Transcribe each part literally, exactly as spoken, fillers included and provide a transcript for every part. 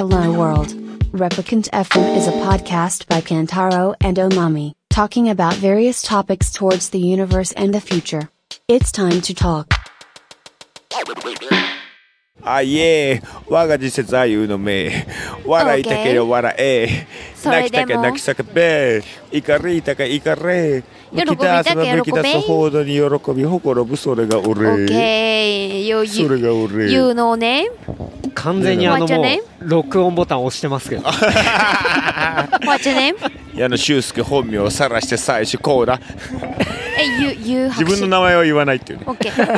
Hello World. Replicant エフエム is a podcast by Kantaro and Omami, talking about various topics towards the universe and the future. It's time to talk. あいえ我が自節あゆうのめ笑いたければ笑え泣きたけ泣きさけべ怒りたけ怒れ喜びたけ喜べむき出すほどに喜びほころぶそれが俺 OK you, それが俺 you know name? 完全にあの What's your も name? う録音ボタン押してますけど What's your name? 矢野修介本名をさらして最初こうだえ you, you 自分の名前は言わないっていうね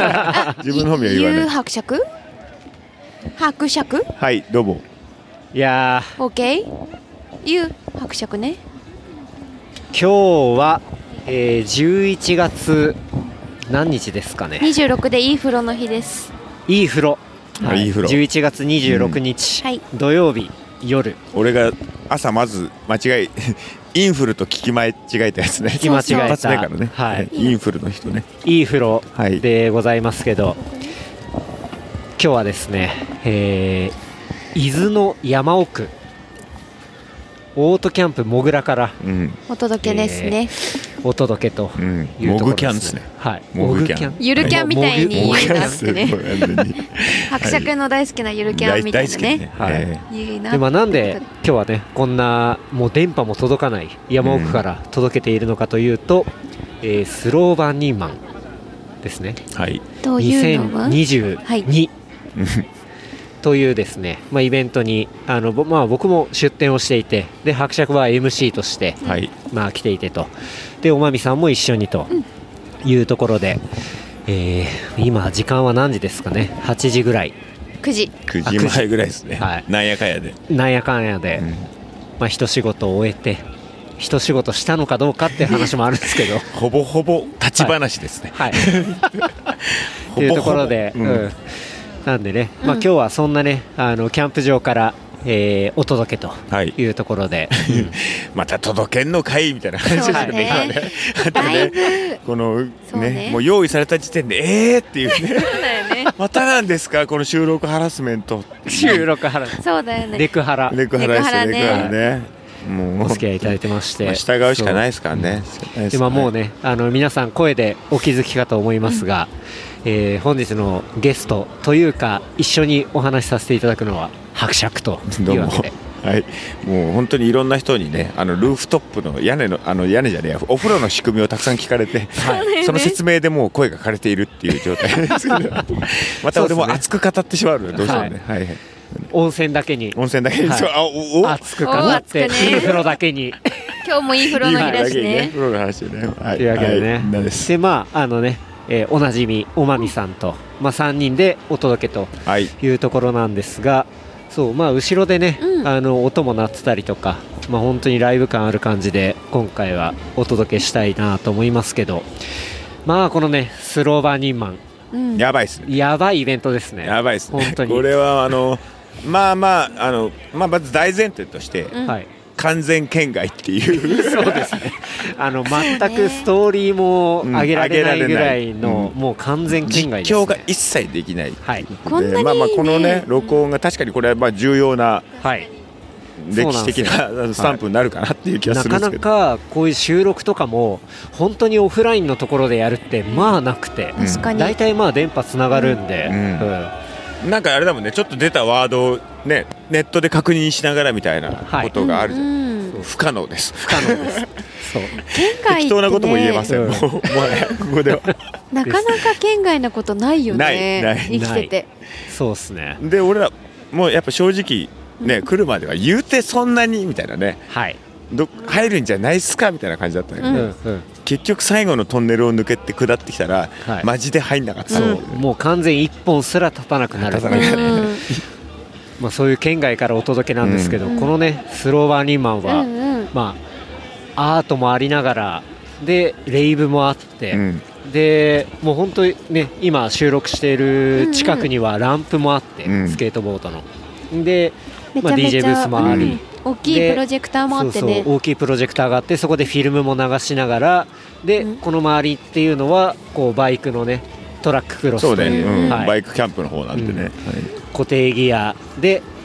OK 自分の本名は言わない You 伯爵伯爵はいどうもいや OK You 伯爵ねー今日は、えー、じゅういちがつ何日ですかねにじゅうろくでいい風呂の日ですいい風呂、 はい、いい風呂じゅういちがつにじゅうろくにち、 うんはい、 土曜日夜俺が朝まず間違いインフルと聞き間違えたやつね聞き間違えた一発目からね、 はい、 インフルの人ねいい風呂でございますけど、はい、今日はですね、えー、伊豆の山奥オートキャンプもぐらから、うん、 お届けですね、 えー、お届けというところですね、うん、モグキャンですねはいモグキャンゆるキャンみたいに言うなってね伯爵の大好きなゆるキャンみたいなね、ねはい、いいなで、まあ、なんで今日はねこんなもう電波も届かない山奥から届けているのかというと、うんえー、スローバンニーマンですね、 はい、 というのはにせんにじゅうに、はいというですね、まあ、イベントにあの、まあ、僕も出展をしていてで伯爵は エムシー として、はいまあ、来ていてとでおまみさんも一緒にというところで、うんえー、今時間は何時ですかねはちじぐらいくじくじまえぐらいですね、はい、なんやかんやでなんやかんやで、うんまあ、一仕事を終えて一仕事したのかどうかっていう話もあるんですけどほぼほぼ立ち話ですねはい、はい、というところで、うんうんなんでね、まあ、今日はそんなねあのキャンプ場から、えー、お届けというところで、はいうん、 また届けんのかいみたいな感じですよね今ねあとねこの ね, ねもう用意された時点でえーっていうねねまたなんですかこの収録ハラスメント収録ハラスメントそうだよねレクハラレクハラですよレクハラねもうお付き合いいただいてまして、 まあ、従うしかないですからねで、まあ、もうねあの皆さん声でお気づきかと思いますが、うんえー、本日のゲストというか一緒にお話しさせていただくのは伯爵というわけではい、もう本当にいろんな人にねあのルーフトップの屋根のあの屋根じゃねえやお風呂の仕組みをたくさん聞かれて、はい、その説明でもう声が枯れているっていう状態ですけどまた俺も熱く語ってしまうのでどうしてもね、はいはいはい、 温泉だけに温泉だけに、はい、 あおお熱く語っていい風呂だけに今日もいい風呂の日だしねいい風呂の話でね、はい、 というわけでね、 はい、 でまああのねえー、おなじみおまみさんと、まあ、さんにんでお届けというところなんですが、はい、そうまあ、後ろでね、うん、あの音も鳴ってたりとか、まあ、本当にライブ感ある感じで今回はお届けしたいなと思いますけどまあこのねスローバーニンマン、 うん、やばいっすねやばいイベントですねやばいっすね本当にこれはあのまあまああの、まあ、まず大前提として、うんはい完全圏外っていうそうですねあの全くストーリーも上げられないぐらいの、うん、もう完全圏外ですね実況が一切できない、 はい、 こんなに、 まあ、まあこのね録音が確かにこれはまあ重要な歴史的なスタンプになるかなっていう気がするんですけど、 はい、なかなかこういう収録とかも本当にオフラインのところでやるってまあなくて大体まあ電波つながるんで、うんうんうん、なんかあれだもんねちょっと出たワードをねネットで確認しながらみたいなことがあるじゃん、はいうんうん、不可能です不可能ですそう県外って、ね、 適当なことも言えません、うん、もうもうねここではなかなか県外なことないよねないない生きててそうっすねで俺らもうやっぱ正直ね、うん、来るまでは言うてそんなにみたいなね、はい、ど入るんじゃないっすかみたいな感じだったんだけど、うんうん、結局最後のトンネルを抜けて下ってきたら、はい、マジで入んなかった、 そうもう完全一本すら立たなくなる立たなくなる、うんまあ、そういう県外からお届けなんですけど、うん、このねスローバーニーマンは、うんうんまあ、アートもありながらでレイブもあって、うん、でもう本当にね今収録している近くにはランプもあって、うん、スケートボードので、まあ、ディージェー ブースもあり、うん大きいプロジェクターもあってねそうそう大きいプロジェクターがあってそこでフィルムも流しながらで、うん、この周りっていうのはこうバイクのねトラッククロスという、 そうね、うんはい、 バイクキャンプの方なんでね、うんはい、 固定ギアで、え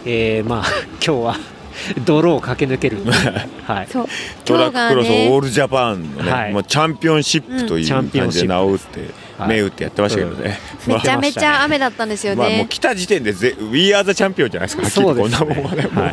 えー、まあ今日は泥を駆け抜ける、はい、 そうトラッククロスオねールジャパンのね、はい、もうチャンピオンシップという感じで名を打って、うん、銘打ってやってましたけどね、 うん、めちゃめちゃ雨だったんですよね、 まあ、もう来た時点でぜ We are the champion じゃないですか。 そうですね、 こんなもんはね、もう、はい、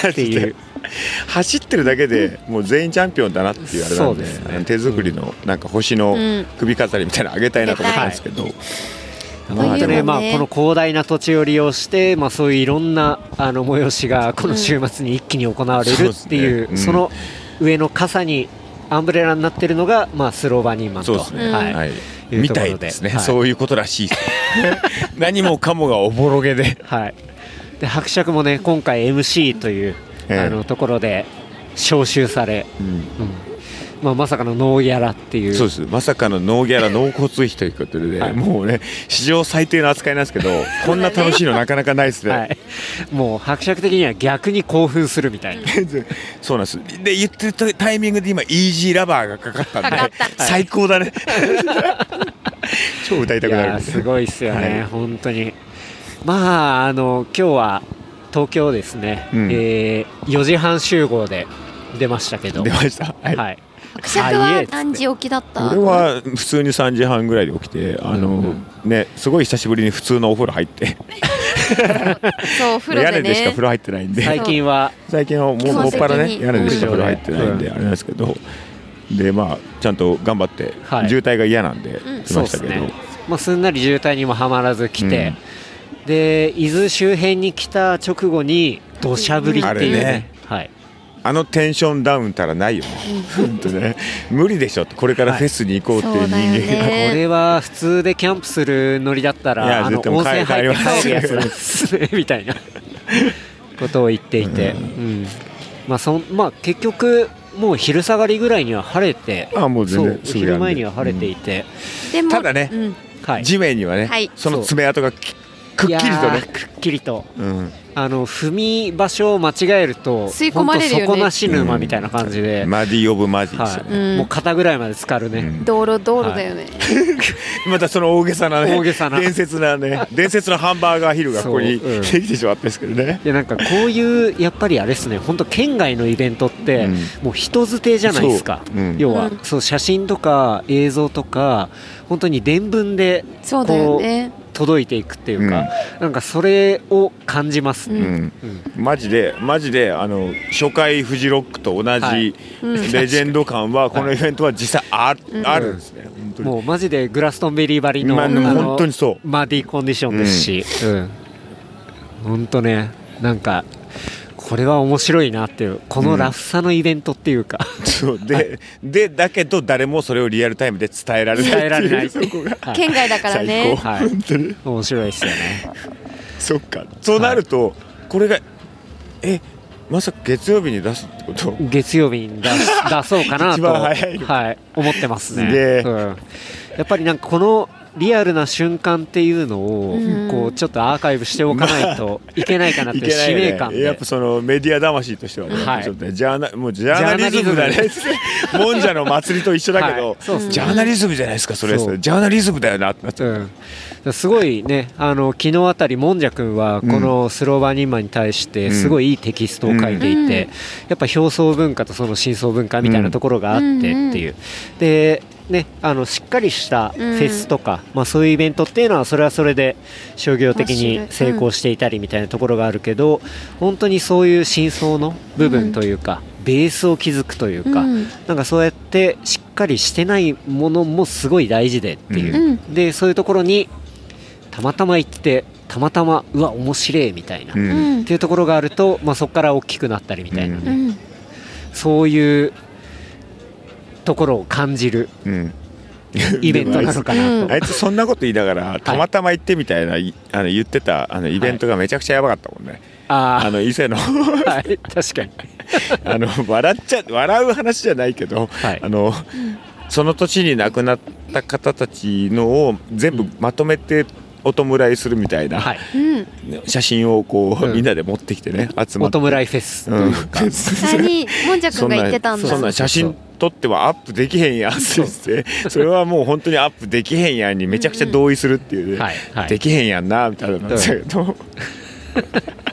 っていう走ってるだけでもう全員チャンピオンだなっていうあれなんで、ね、手作りのなんか星の首飾りみたいなのあげたいなと思ったんですけど、うん本当にまあこの広大な土地を利用して、まあ、そういういろんなあの催しがこの週末に一気に行われるっていう、うん、その上の傘にアンブレラになっているのが、まあ、スローバニーマンと、 そうですね、はいはい、みたいですね、はい、そういうことらしいです何もかもがおぼろげで、 はい、で伯爵もね今回 エムシー という、えー、あのところで招集され、うんうんまあ、まさかのノーギャラっていう、 そうですまさかのノーギャラ納骨費ということで、はい、もうね史上最低の扱いなんですけどこんな楽しいのなかなかないですね、はい、 もう伯爵的には逆に興奮するみたいなそうなんですで言ってるタイミングで今イージーラバーがかかったんで最高だね超歌いたくなる。 いやすごいっすよね、はい、本当にまああの今日は東京ですね、うんえー、よじはん集合で出ましたけど出ましたはい、 はい伯爵は何時起きだった？ 俺は普通にさんじはんぐらいで起きてあの、うんね、すごい久しぶりに普通のお風呂入ってそうお風呂でね屋根でしか風呂入ってないんで最近は最近はもうもっぱらね屋根でしか風呂入ってないんであれなんですけどでまあちゃんと頑張って、はい、渋滞が嫌なんで来ましたけど、うんねまあ、すんなり渋滞にもはまらず来て、うん、で伊豆周辺に来た直後に土砂降りっていうね、うんねはいあのテンションダウンたらないよね本当ね無理でしょこれからフェスに行こうっていう人間が、はいね、これは普通でキャンプするノリだったらあの温泉入って帰るやつですねみたいなことを言っていて、うんうんまあそんまあ、結局もう昼下がりぐらいには晴れてあもう全然そう昼前には晴れていて、 うん、 ただね、うんはい、地面にはね、はい、その爪痕がくっきりとねくっきりと、うんあの踏み場所を間違えると吸い込まれるよね底なし沼みたいな感じで、 うん、マディオブマディですよね、 はいうん、もう肩ぐらいまで浸かるね、うん、 道路道路だよね、はい、 またその大げさなね大げさな伝説なね伝説のハンバーガーヒルがここにできてしまったんですけどね、 いやなんかこういうやっぱりあれですね本当県外のイベントって、うん、もう人づてじゃないですか、うん、要は、うん、そう写真とか映像とか本当に伝聞でこうそうだよね届いていくっていうか、うん、なんかそれを感じますね、 うんうん、マジでマジであの初回フジロックと同じレジェンド感はこのイベントは実際 あ,、うん、あるんですね、本当にもうマジでグラストンベリーバリの、まあ、 本当にそうマディコンディションですし、うんうん、本当ねなんかこれは面白いなっていうこのラフさのイベントっていうか、 うん、そうででだけど誰もそれをリアルタイムで伝えられない伝えられないそこが県外だからね、 はい、本当に面白いですよねそっかそうなると、はい、これがえまさか月曜日に出すってこと？ 月曜日に出出そうかなと一番早い、 はい、思ってますね、 うん、 やっぱりなんかこのリアルな瞬間っていうのをこうちょっとアーカイブしておかないといけないかなっていう使命感で、 ね、やっぱそのメディア魂としてはね、はい、ちょっとねジャーナもうジャーナリズムだねもんじゃの祭りと一緒だけど、はい、そうですね、ジャーナリズムじゃないですかそれそうジャーナリズムだよなってなっちゃう、 うん、すごいねあの昨日あたりもんじゃくんはこのスローバーニンマンに対してすごいいいテキストを書いていて、うん、やっぱ表層文化とその深層文化みたいなところがあってっていう、でね、あのしっかりしたフェスとか、うんまあ、そういうイベントっていうのはそれはそれで商業的に成功していたりみたいなところがあるけど、うん、本当にそういう深層の部分というか、うん、ベースを築くというか、うん、なんかそうやってしっかりしてないものもすごい大事でっていう、うん、でそういうところにたまたま行ってたまたまうわ面白いみたいな、うん、っていうところがあると、まあ、そこから大きくなったりみたいなね、うん、そういうところを感じる、うんイベントなのかなとあいつそんなこと言いながらたまたま行ってみたいな、はい、あの言ってたあのイベントがめちゃくちゃやばかったもんね、はい、あの伊勢のはい、確かにあの笑っちゃ笑う話じゃないけど、はい、あのその年に亡くなった方たちのを全部まとめてお弔いするみたいな、はい、写真をこう、うん、みんなで持ってきてね集まってお弔いフェスというか、 うん、実際にもんじゃくんが言ってたんだそんな写真撮ってはアップできへんやんって言ってそれはもう本当にアップできへんやんにめちゃくちゃ同意するっていうね、うんうんはいはい、できへんやんなみたいなんですけど、うん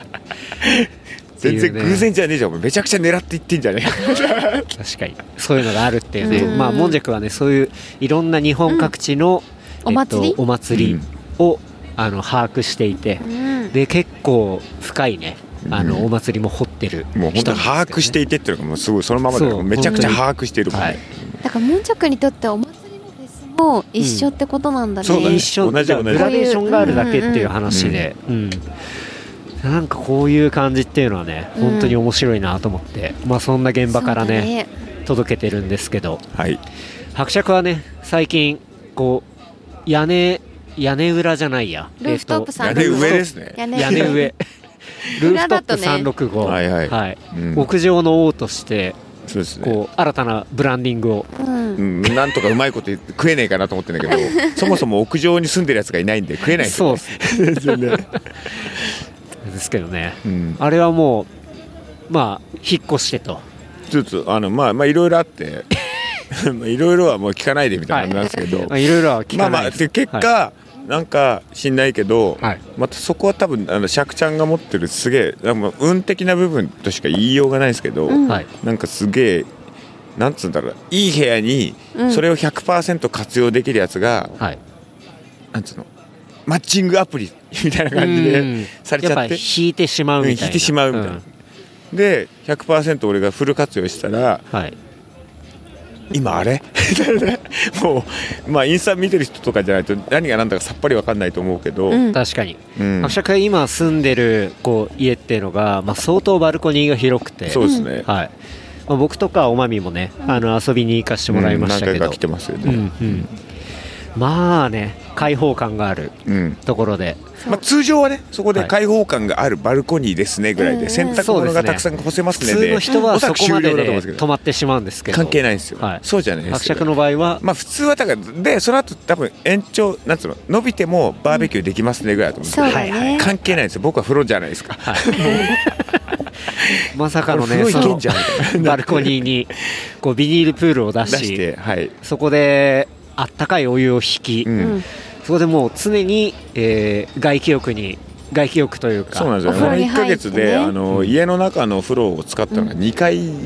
全然偶然じゃねえじゃん、めちゃくちゃ狙っていってんじゃねえ確かにそういうのがあるっていうね、うん、まあもんじゃくはねそういういろんな日本各地の、 うんえっと、お祭り、 お祭りを、うん、あの把握していて、うん、で結構深いねあのお祭りも掘ってる、 うん、もう本当に把握していてっていうのがもうすごいそのままでめちゃくちゃ把握しているもんね、はい、 だからもんじゃくにとってはお祭りもフェスも一緒ってことなんだね、 うん、そうだね一緒同じ同じグラデーションがあるだけっていう話で、うんうんうん、なんかこういう感じっていうのはね本当に面白いなと思って、うん、まあそんな現場からね、ね届けてるんですけど、 はい、 伯爵はね最近こう屋根屋根裏じゃないやルーフトップさん屋根上ですね屋根上ルーフトップさんろくご、 はいはいはいうん、屋上の王としてそうですね、 こう新たなブランディングを、 うんうん、なんとかうまいこと食えねえかなと思ってるんだけどそもそも屋上に住んでるやつがいないんで食えないんですよ、ね、そうですけどね、 うん、 あれはもうまあ引っ越してとちょっとあのまあまあいろいろあっていろいろはもう聞かないでみたいななんですけど、 はい、いろいろは聞かないまあまあ結果、はい、なんか知んないけど、はい、またそこは多分あのシャクちゃんが持ってるすげえ運的な部分としか言いようがないですけど、うん、なんかすげえなんつうんだろういい部屋にそれを ひゃくパーセント 活用できるやつが、うん、なんつうのマッチングアプリみたいな感じでされちゃってやっぱり引いてしまうみたいな、 うん、引いてしまうみたいな、うん、で ひゃくパーセント 俺がフル活用したら、はい、今あれもうまあインスタ見てる人とかじゃないと何が何だかさっぱり分かんないと思うけど、うん、 確かに伯爵が今住んでるこう家っていうのが、まあ、相当バルコニーが広くてそうですね、 はいまあ、僕とかおまみもねあの遊びに行かせてもらいましたけど、うん、 何回か来てますよね、うんうん、 まあね開放感があるところで、 うんまあ、通常はねそこで開放感があるバルコニーですねぐらいで、はい、洗濯物がたくさん干せますねで、 普通の人はそこまでで止まってしまうんですけど関係ないんですよ、はい、そうじゃないですよ伯爵の場合はまあ普通はだからでその後多分延長なんつうの伸びてもバーベキューできますねぐらいだと思うんですけど、うんね、関係ないんですよ僕は風呂じゃないですか、はいまさかのねそのバルコニーにこうビニールプールを出し、 出して、はい、 そこであったかいお湯を引き、うん、そこでもう常に、えー、外気浴に外気浴というかそうなんですよ、ね、いっかげつであの、うん、家の中の風呂を使ったのがにかい、うん、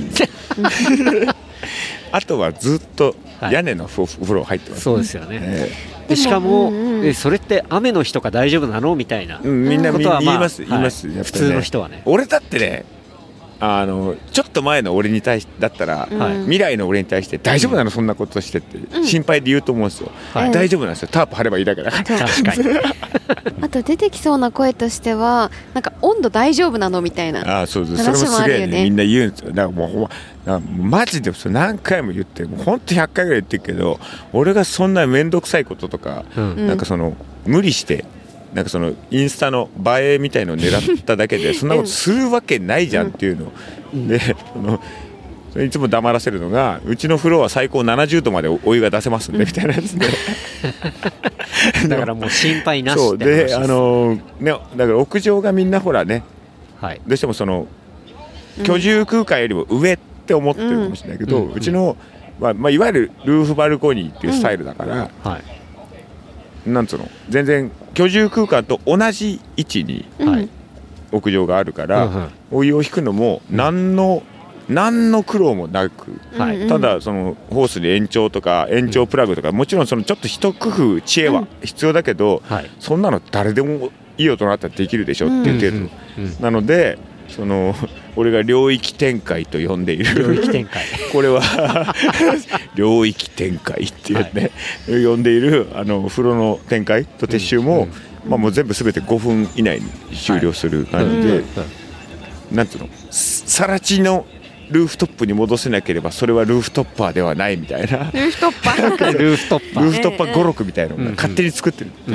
あとはずっと屋根の風呂入ってます、 そうですよね、えー、でしかも、うんうん、えそれって雨の日とか大丈夫なのみたいな、 うん、みんな言います、言います、 はい、普通の人はね俺だってねあのちょっと前の俺に対してだったら、はい、未来の俺に対して大丈夫なの、うん、そんなことしてって心配で言うと思うんですよ、はい、大丈夫なんですよタープ張ればいいだけだから確かにあと出てきそうな声としてはなんか温度大丈夫なのみたいなあそうですそれもすげえ、ね、みんな言うんですよだからもうマジで何回も言ってもうほんとひゃっかいぐらい言ってるけど俺がそんな面倒くさいこととか、うん、なんかその無理してなんかそのインスタの映えみたいのを狙っただけでそんなことするわけないじゃんっていうの、うん、でそのいつも黙らせるのがうちの風呂は最高ななじゅうどまでお湯が出せますんでみたいなやつでだからもう心配なしそうであの、ね、だから屋上がみんなほらね、はい、どうしてもその居住空間よりも上って思ってるかもしれないけど、うん、うちの、まあまあ、いわゆるルーフバルコニーっていうスタイルだから、うんはいなんつうの全然居住空間と同じ位置に屋上があるから、うん、お湯を引くのも何の、うん、何の苦労もなく、はい、ただそのホースに延長とか延長プラグとか、うん、もちろんそのちょっと一工夫知恵は必要だけど、うんはい、そんなの誰でもいい大人だったらできるでしょっていう程度、うんうんうん、なのでその俺が領域展開と呼んでいる領域展開これは領域展開っていうね、はい、呼んでいるあの風呂の展開と撤収も、うんうんまあ、もう全部すべてごふん以内に終了する感じで、はいうん、なんていうの更地のルーフトップに戻せなければそれはルーフトッパーではないみたいなルーフトッパールーフトッパールーフトッパーごろくみたいなのが勝手に作ってる、うんうん、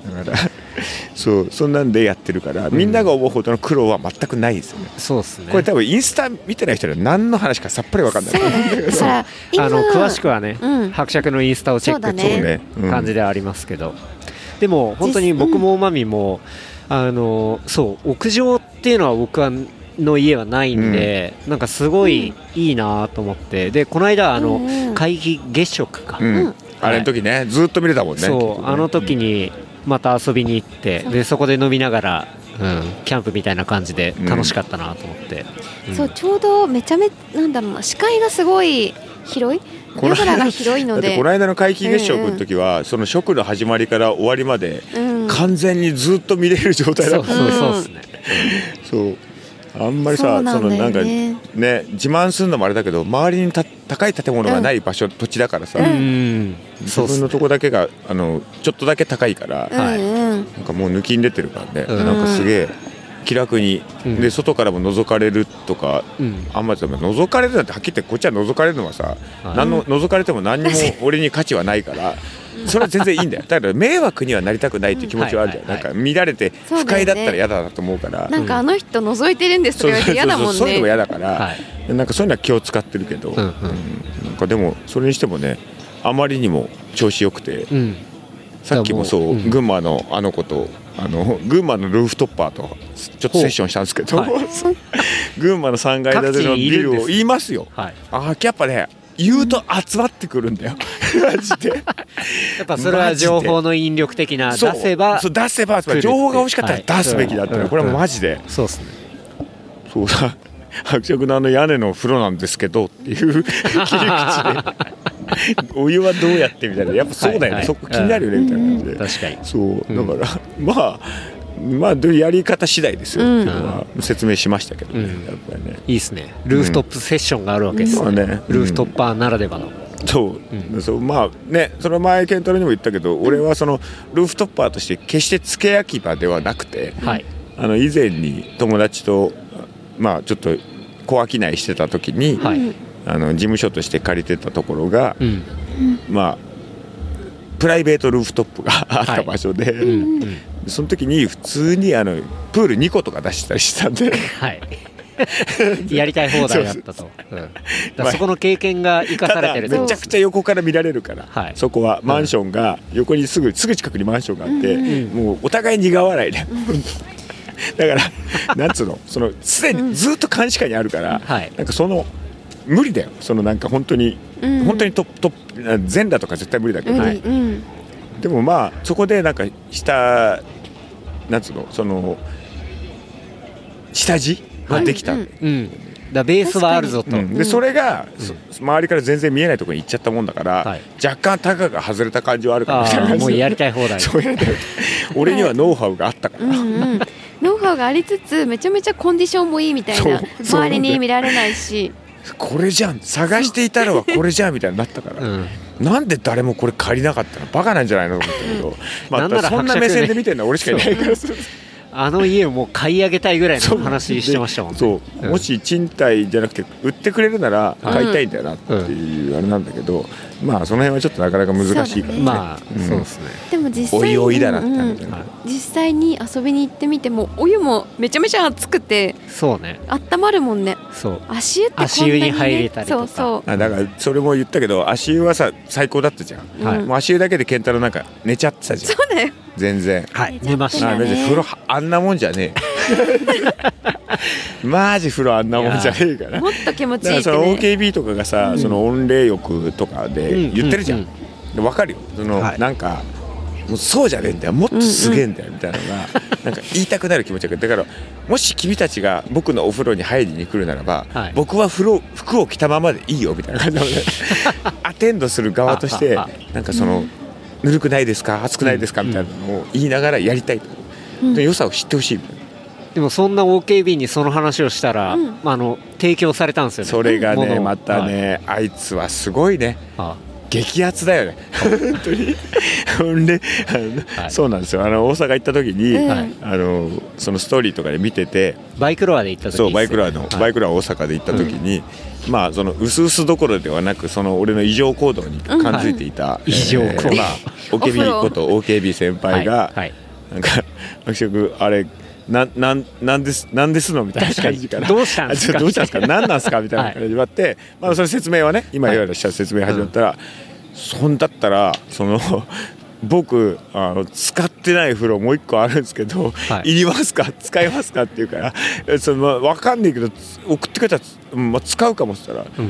だからそうそんなんでやってるからみんなが思うほどの苦労は全くないですよね、 うん、そうですねこれ多分インスタ見てない人は何の話かさっぱり分かんないあの詳しくはね、うん、伯爵のインスタをチェックという感じではありますけど、うん、でも本当に僕もマミもあのそう屋上っていうのは僕はの家はないんで、うん、なんかすごいいいなと思って、でこの間あの、うん、皆既月食か、うんはい、あれの時ねずっと見れたもんねそう、ね、あの時にまた遊びに行って、うん、でそこで飲みながらうん、キャンプみたいな感じで楽しかったなと思って、 うんうん、そうちょうどめちゃめなんだろうな視界がすごい広い夜空が広いのでだってこの間の皆既月食の時は、うんうん、その食の始まりから終わりまで、うん、完全にずっと見れる状態だった、 そうそうですね、 そうあんまりさ そ, そのなんかね自慢するのもあれだけど周りにた高い建物がない場所、うん、土地だからさ、うん、自分のとこだけがあのちょっとだけ高いから、うん、なんかもう抜きん出てるからね、うん、なんかすげえ気楽に、うん、で外からも覗かれるとか、うん、あんまり覗かれるなんてはっきり言ってこっちは覗かれるのはさ、うん、何の覗かれても何にも俺に価値はないからそれは全然いいんだよ。だから迷惑にはなりたくないっていう気持ちはあるじゃん、うんはいはいはい、なんか見られて不快だったら嫌だなと思うから、 ね、なんかあの人覗いてるんですとか言われて嫌だもんね。 そうそうそうそういうのも嫌だから、はい、なんかそういうのは気を使ってるけど、うんうんうん、なんかでもそれにしてもねあまりにも調子よくて、うん、さっきもそう、うん、群馬のあの子とあの群馬のルーフトッパーとちょっとセッションしたんですけど、はい、群馬のさんがい建てのビルを言いますよ、はい、あやっぱね言うと集まってくるんだよマジで。 やっぱそれは情報の引力的な出せばそう出せば情報が欲しかったら出すべきだったら、はい、これはマジで、うん、 そうですね。 そうだ伯爵のあの屋根の風呂なんですけどっていう切り口でお湯はどうやってみたいなやっぱそうだよね、はいはい、そこ気になるよねみたいな感じで、うん、 確かにそうだから、うん、まあまあやり方次第ですよ、うん、っていうのは説明しましたけどね、うん、やっぱりねいいですね。ルーフトップセッションがあるわけですね、うんね、ルーフトッパーならではの、 そう、うん、そうまあねその前ケンタロウにも言ったけど、俺はそのルーフトッパーとして決して付け焼き場ではなくて、はい、あの以前に友達とまあちょっと小商いしてた時に、はい、あの事務所として借りてたところが、うん、まあプライベートルーフトップがあった場所で、はいうんうん、その時に普通にあのプールにことか出したりしたんで、はい、 やりたい放題だったと。うん、だそこの経験が生かされてる。 めちゃくちゃ横から見られるから、はい、そこはマンションが横にすぐすぐ近くにマンションがあって、うん、もうお互い苦笑いで、だからなんつうのそのすでにずっと監視下にあるから、うん、なんかその無理だよ。そのなんか本当に、うん、本当にトップトップ全裸とか絶対無理だけど、はいうん、でもまあそこでなんか下なんつうのその下地ができた、はいうんうん、 だベースはあるぞと、 うん、でそれが、うん、周りから全然見えないところに行っちゃったもんだから、はい、若干タガが外れた感じはあるかもしれない。 もうやりたい放題そうやりたい俺にはノウハウがあったから、はいうんうん、 ノウハウがありつつめちゃめちゃコンディションもいいみたいな、周りに見られないしこれじゃん探していたのはこれじゃんみたいになったから、うん、なんで誰もこれ借りなかったのバカなんじゃないのと思ったけど、まあ、そんな目線で見てるのは俺しかいないからあの家をもう買い上げたいぐらいの話してましたもんね。 そう、うん、もし賃貸じゃなくて売ってくれるなら買いたいんだよなっていうあれなんだけど、うん、まあその辺はちょっとなかなか難しいからね。 まあそうですね。 でも実際おいおいだなって感じ、 うん、実際に遊びに行ってみてもお湯もめちゃめちゃ熱くてそうね温まるもんね。 そう足湯ってこんなに、ね、 足湯に入れたりとか。 そうそうあだからそれも言ったけど足湯はさ最高だったじゃん、はい、もう足湯だけで健太郎なんか寝ちゃってたじゃん。 そうだよ全然はい寝ました、ね、 風呂あんなもんじゃねえマジ風呂あんなもんじゃねえからもっと気持ちいいってね。 だからその オーケービー とかがさ、うん、その温冷浴とかで言ってるじゃん、うんうんうん、分かるよその、はい、なんかもうそうじゃねえんだよもっとすげえんだよみたいなのが、うんうん、なんか言いたくなる気持ちがだからもし君たちが僕のお風呂に入りに来るならば、はい、僕は風呂服を着たままでいいよみたいな感じなのでアテンドする側としてなんかその、うんぬるくないですか熱くないですかみたいなのを言いながらやりたいと、うん、良さを知ってほしいみたいな。 でもそんな オーケービー にその話をしたら、うんあの提供されたんですよね。 それがねまたね、はい、あいつはすごいねああ激アツだよね本当にほんであの、はい、そうなんですよあの大阪行った時に、はい、あのそのストーリーとかで見ててバイクロアで行った時そうバイクロアの、はい、バイクロア大阪で行った時に、うん、まあその薄々どころではなくその俺の異常行動に感づいていた、うんはいえー、 異常行動、まあ、 オーケービー こと オーケービー 先輩が、はいはい、なんか伯爵あれなななんですなんですのみたいな感じからどうしたんですかどうしたんですか何なんですかみたいな感じで言われて、はいまあ、その説明はね今言われた説明始まったら、はい、そんだったらその僕あの使ってない風呂もう一個あるんですけど、はい、いりますか使いますかって言うからその、まあ、分かんないけど送ってくれたら、まあ、使うかもって言ったら、うん、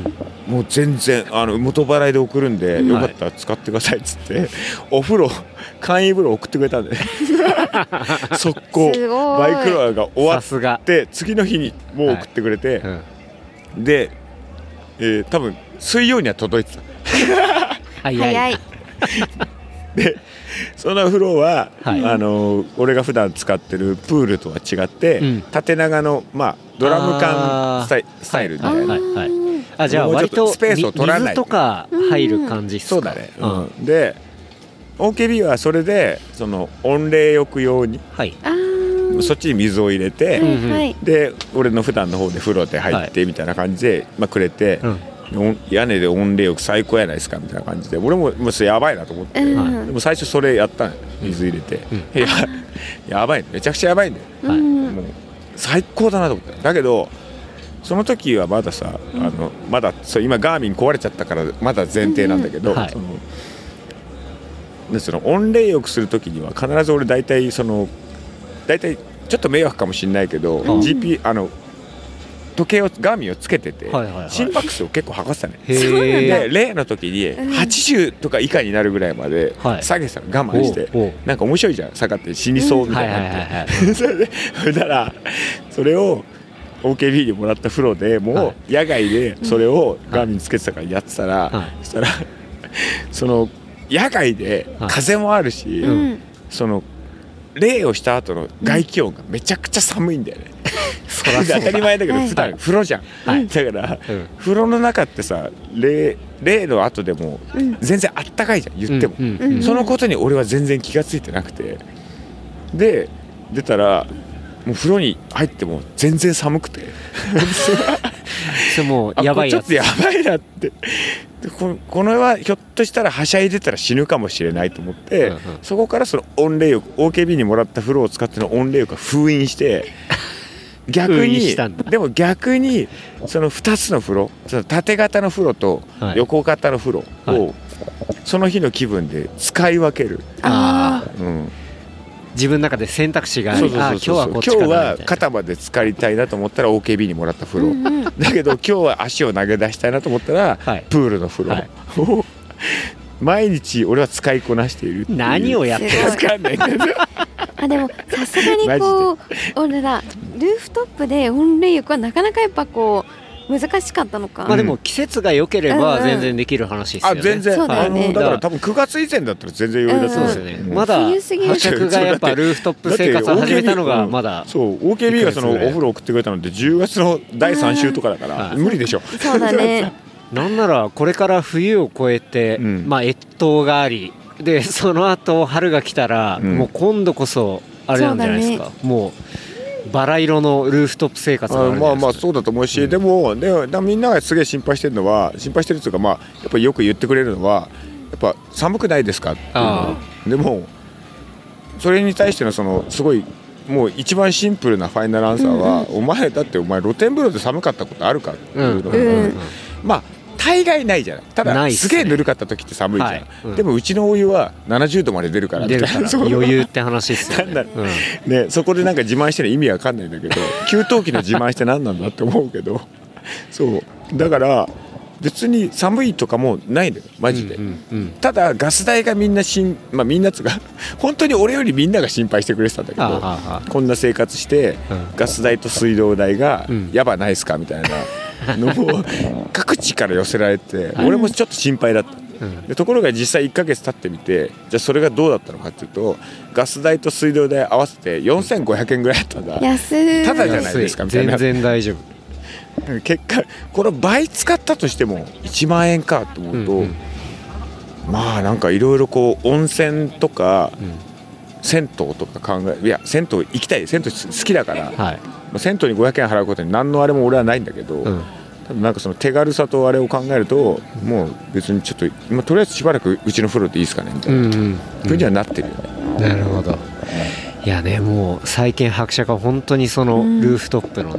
もう全然あの元払いで送るんで、うん、よかったら使ってくださいっつって、はい、お風呂簡易風呂送ってくれたんで速攻バイクロアが終わって次の日にもう送ってくれて、はいうん、で、えー、多分水曜には届いてた早いでその風呂は、はい、あの俺が普段使ってるプールとは違って、うん、縦長の、まあ、ドラム缶スタイ、スタイルみたいな、はいはいはい、 あじゃあ割とスペースを取らない水とか入る感じっすか。 そうだね、うん、で オーケービー はそれでその温冷浴用に、はい、そっちに水を入れて、はい、で俺の普段の方で風呂で入ってみたいな感じで、まあ、くれて、うん屋根で温冷浴最高やないですかみたいな感じで俺ももうそれやばいなと思って、うん、でも最初それやったの水入れて、うん、や, やばいめちゃくちゃやばいんだよ、うん、もう最高だなと思っただけどその時はまださ、うん、あのまだそう今ガーミン壊れちゃったからまだ前提なんだけど、うんはい、そのでその温冷浴する時には必ず俺大体その大体ちょっと迷惑かもしれないけど、うん、ジーピー あの時計をガーミンをつけてて、はいはいはい、心拍数を結構測ってたね。で例の時にはちじゅうとか以下になるぐらいまで下げてたの我慢して、はい、なんか面白いじゃん下がって死にそうみたいな、うんはいはいはい、それでそれならそれを オーケービー にもらった風呂でもう野外でそれをガーミンつけてたからやってたら、はい、そしたらその野外で風もあるし、はいうん、その冷をした後の外気温がめちゃくちゃ寒いんだよね、うん、そら当たり前だけど普段風呂じゃん、はい、だから、うん、風呂の中ってさ 冷, 冷の後でも全然あったかいじゃん言っても、うんうんうん、そのことに俺は全然気がついてなくてで出たらもう風呂に入っても全然寒くてそれもうやばいやつちょっとやばいなってで こ, このはひょっとしたらはしゃいでたら死ぬかもしれないと思って、うんうん、そこからその温冷浴 オーケービー にもらった風呂を使っての温冷浴が封印して逆にでも逆にそのふたつの風呂その縦型の風呂と横型の風呂をその日の気分で使い分ける、 あ、うん、自分の中で選択肢がある。今日はこっちかなみたいな。 今日は肩まで浸かりたいなと思ったら オーケービー にもらった風呂、うんうん、だけど今日は足を投げ出したいなと思ったら、はい、プールの風呂を、はい、毎日俺は使いこなしているっていう。 何をやってる分かんないけどあでもさすがにこう俺らルーフトップで温冷浴はなかなかやっぱこう難しかったのか。 まあでも季節が良ければ全然できる話ですよね。 あ全然そうだよね。 あのだから多分くがつ以前だったら全然余裕だったんですよね。 まだ発着がやっぱルーフトップ生活を始めたのがまだそう オーケービー がそのお風呂送ってくれたのってじゅうがつのだいさん週とかだから無理でしょ。 そうだね。 なんならこれから冬を越えて、うん、まあ越冬がありでその後春が来たら、うん、もう今度こそあれなんじゃないですか、ね、もうバラ色のルーフトップ生活があるんじゃないですか。 まあまあそうだと思うし、うん、でもでみんながすげえ心配してるのは心配してるというか、まあ、やっぱりよく言ってくれるのはやっぱ寒くないですかっていうのでもそれに対してのそのすごいもう一番シンプルなファイナルアンサーは、うんうん、お前だってお前露天風呂で寒かったことあるかっていうのが、うんうんうん、まあ大概ないじゃない。ただす、ね、すげえぬるかった時って寒いじゃん、はいうん、でもうちのお湯はななじゅうどまで出るから出るから余裕って話ですよね。なんだ、 うん、ねそこでなんか自慢してる意味わかんないんだけど給湯器の自慢して何なんだって思うけどそうだから別に寒いとかもないんだよマジで、うんうんうん、ただガス代がみんなしん、まあ、みんなつが本当に俺よりみんなが心配してくれてたんだけど、ああこんな生活して、うん、ガス代と水道代がやばないっすかみたいなのを各地から寄せられて俺もちょっと心配だった、うん、でところが実際いっかげつ経ってみてじゃあそれがどうだったのかっていうとガス代と水道代合わせてよんせんごひゃくえんぐらいだったんだ。 安い。 ただじゃないですかみたいな。 全然大丈夫。 結果この倍使ったとしてもいちまんえんかと思うと、うんうん、まあなんかいろいろこう温泉とか、うん、銭湯とか考えいや銭湯行きたい銭湯好きだから、はい、銭湯にごひゃくえん払うことに何のあれも俺はないんだけど、うん、多分なんかその手軽さとあれを考えると、うん、もう別にちょっと今とりあえずしばらくうちの風呂でいいですかねみたいな、うんうん、ふうにはなってるよね。 なるほど。いやねもう最近伯爵は本当にそのルーフトップのね、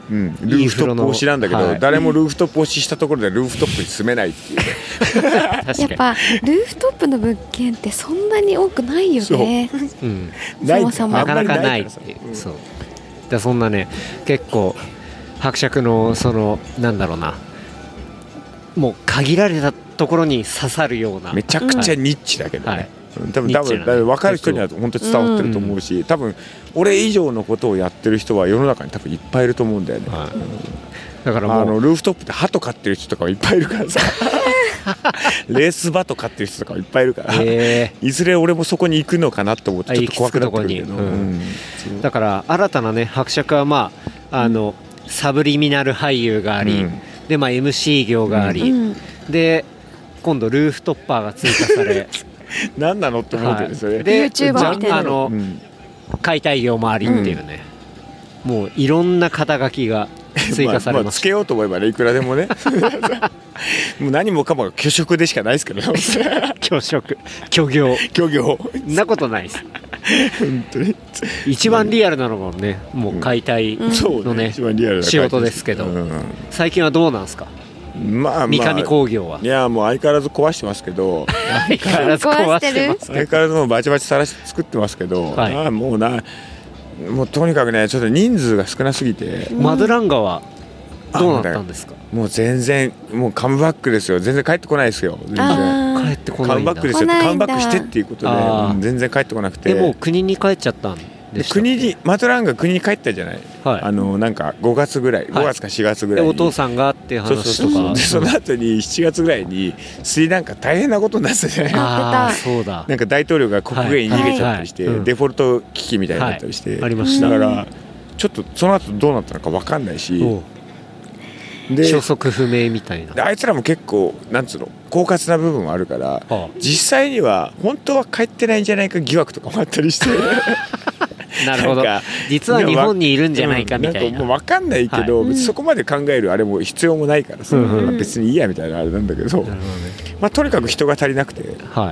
うん、ルーフトップ推しなんだけど、はい、誰もルーフトップ推ししたところでルーフトップに住めないっていう、ね、 やっぱルーフトップの物件ってそんなに多くないよね。 そう、うん、そもそもなかなかないっていう、うん、そうだそんなね結構伯爵のそのなんだろうなもう限られたところに刺さるようなめちゃくちゃニッチだけどね、はい、多分多分分かる人には本当に伝わってると思うし、多分俺以上のことをやってる人は世の中に多分いっぱいいると思うんだよね、はい、だからもうあのルーフトップで鳩飼ってる人とかもいっぱいいるからさレースバト飼ってる人とかもいっぱいいるから、えー、いずれ俺もそこに行くのかなと思ってちょっと怖くなってくるけど、うんうん、だから新たなね伯爵はまああの、うん、サブリミナル俳優があり、うん、でまあ エムシー 業があり、うん、で今度ルーフトッパーが追加され何なのって思うけど、それで YouTuber みたいなあの、うん、解体業もありっていうね、うん、もういろんな肩書きが追加されます、まあまあ、 つけようと思えばねいくらでもねもう何もかもが虚職でしかないですけど虚職虚業虚業そんなことないです本当に一番リアルなのもねもう解体のね、うん、仕事ですけど、うん、最近はどうなんですか。まあまあ、三上工業はいやもう相変わらず壊してますけど相変わらず壊してます相変わらずもうバチバチさらし作ってますけど、はい、あもうなもうとにかくねちょっと人数が少なすぎて、 うん、マドランガはどうなったんですか。 もう全然もうカムバックですよ。全然帰ってこないですよ。全然帰ってこないんだ。 カムバックですよ。カムバックしてっていうことで全然帰ってこなくて。 でも国に帰っちゃったんでしたっけ。 国にマドランガ国に帰ったじゃない、はい、あのなんかごがつぐらい、ごがつかしがつぐらいに、 はい、でお父さんがっていう話とか。そうそうそうでその後にしちがつぐらいにスリランカ大変なことになってたね。 あそうだ。 なんか大統領が国外に逃げちゃったりして、はいはい、デフォルト危機みたいになったりして、 はい、ありました。 だからちょっとその後どうなったのか分かんないし、 で消息不明みたいな。 あいつらも結構なんつうの狡猾な部分もあるから、はあ、実際には本当は帰ってないんじゃないか疑惑とかもあったりしてなるほど。実は日本にいるんじゃないかみたいな。 なんかもう分かんないけど、はい、そこまで考えるあれも必要もないからさ、うんうん、別にいいやみたいなあれなんだけど、ねまあ、とにかく人が足りなくて、はい、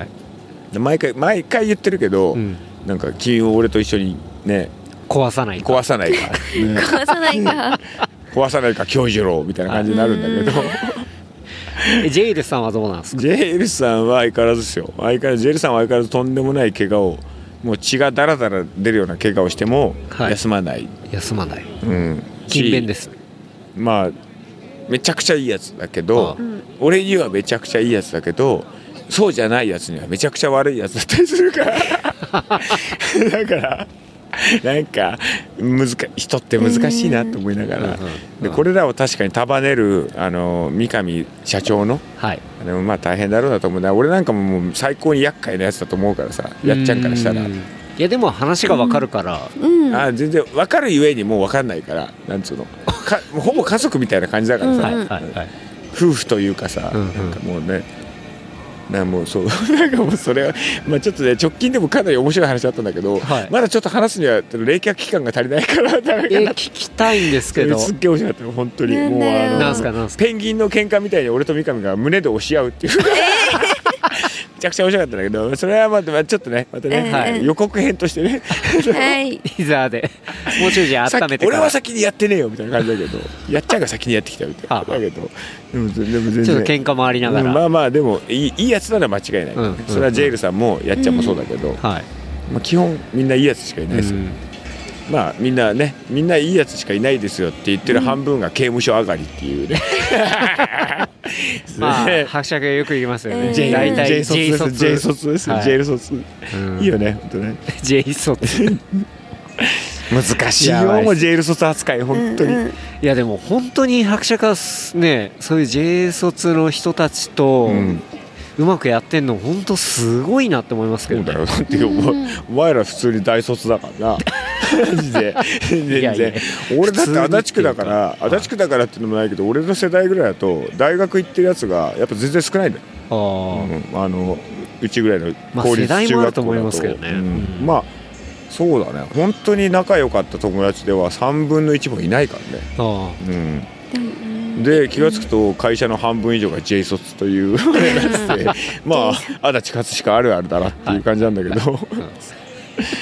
毎回毎回言ってるけど、うん、なんか君を俺と一緒にね壊さないか壊さないか、ね、 壊さないか壊さないか教授郎みたいな感じになるんだけどジェイルさんはどうなんですか。 ジェイルさんは相変わらずですよ。相変わらずジェイルさんは相変わらずとんでもない怪我をもう血がだらだら出るような怪我をしても休まない、はい、 休まない、 うん、 勤勉です。 まあめちゃくちゃいいやつだけど、うん、俺にはめちゃくちゃいいやつだけどそうじゃないやつにはめちゃくちゃ悪いやつだったりするからだからなんか難人って難しいなと思いながら、うん、でこれらを確かに束ねるあの三上社長の、はい、あのまあ大変だろうなと思うな。俺なんかももう最高に厄介なやつだと思うからさ、やっちゃんからしたら。いやでも話が分かるから、 うん、 あ全然分かるゆえにもう分かんないからなんつうのかほぼ家族みたいな感じだからさ、うんはいはいはい、夫婦というかさ、うんうん、なんかもうねなんもうそうなんかもうそれは、まあ、ちょっとね直近でもかなり面白い話だったんだけど、はい、まだちょっと話すには冷却期間が足りないからダメかな。 聞きたいんですけどすっげえ面白かったよ本当に。もうあのなんすかなんすかペンギンの喧嘩みたいに俺と三上が胸で押し合うっていう、えー、めちゃくちゃ面白かったんだけどそれはまたちょっとねまたね、えーはい、予告編としてねはいティザーでもうちょいじゃ温めてから俺は先にやってねえよみたいな感じだけどやっちゃんが先にやってきたみたいなだけどでもでも全然ちょっと喧嘩もありながら、 うん、まあまあでもいい、いいやつなら間違いない、うんうんうん、それはジェイルさんもやっちゃんもそうだけど、うんはいまあ、基本みんないいやつしかいないですよ、うんまあみんなねみんないいやつしかいないですよって言ってる半分が刑務所上がりっていうね、 うん、まあ伯爵がよく言いますよね、 えー、大体 J 卒です J 卒です、はい、J 卒、うん、いいよね本当ね J 卒難しいよもう J 卒扱い本当に、うんうん、 いやでも本当に伯爵がねそういう J 卒の人たちと、うんうまくやってんの本当すごいなって思いますけど、ね、 そうだよだってお前、お前ら普通に大卒だからなマジで全然いやいや俺だって足立区だから足立区だからっていうのもないけど俺の世代ぐらいだと大学行ってるやつがやっぱ全然少ないんだよ。あ、うん、あのうちぐらいの公立中学校だと、まあ、世代もあると思いますけどね、うん、まあそうだね本当に仲良かった友達ではさんぶんのいちもいないからね。あ、うんで気が付くと会社の半分以上が J 卒というまあ足立葛飾あるあるだなっていう感じなんだけど、はい、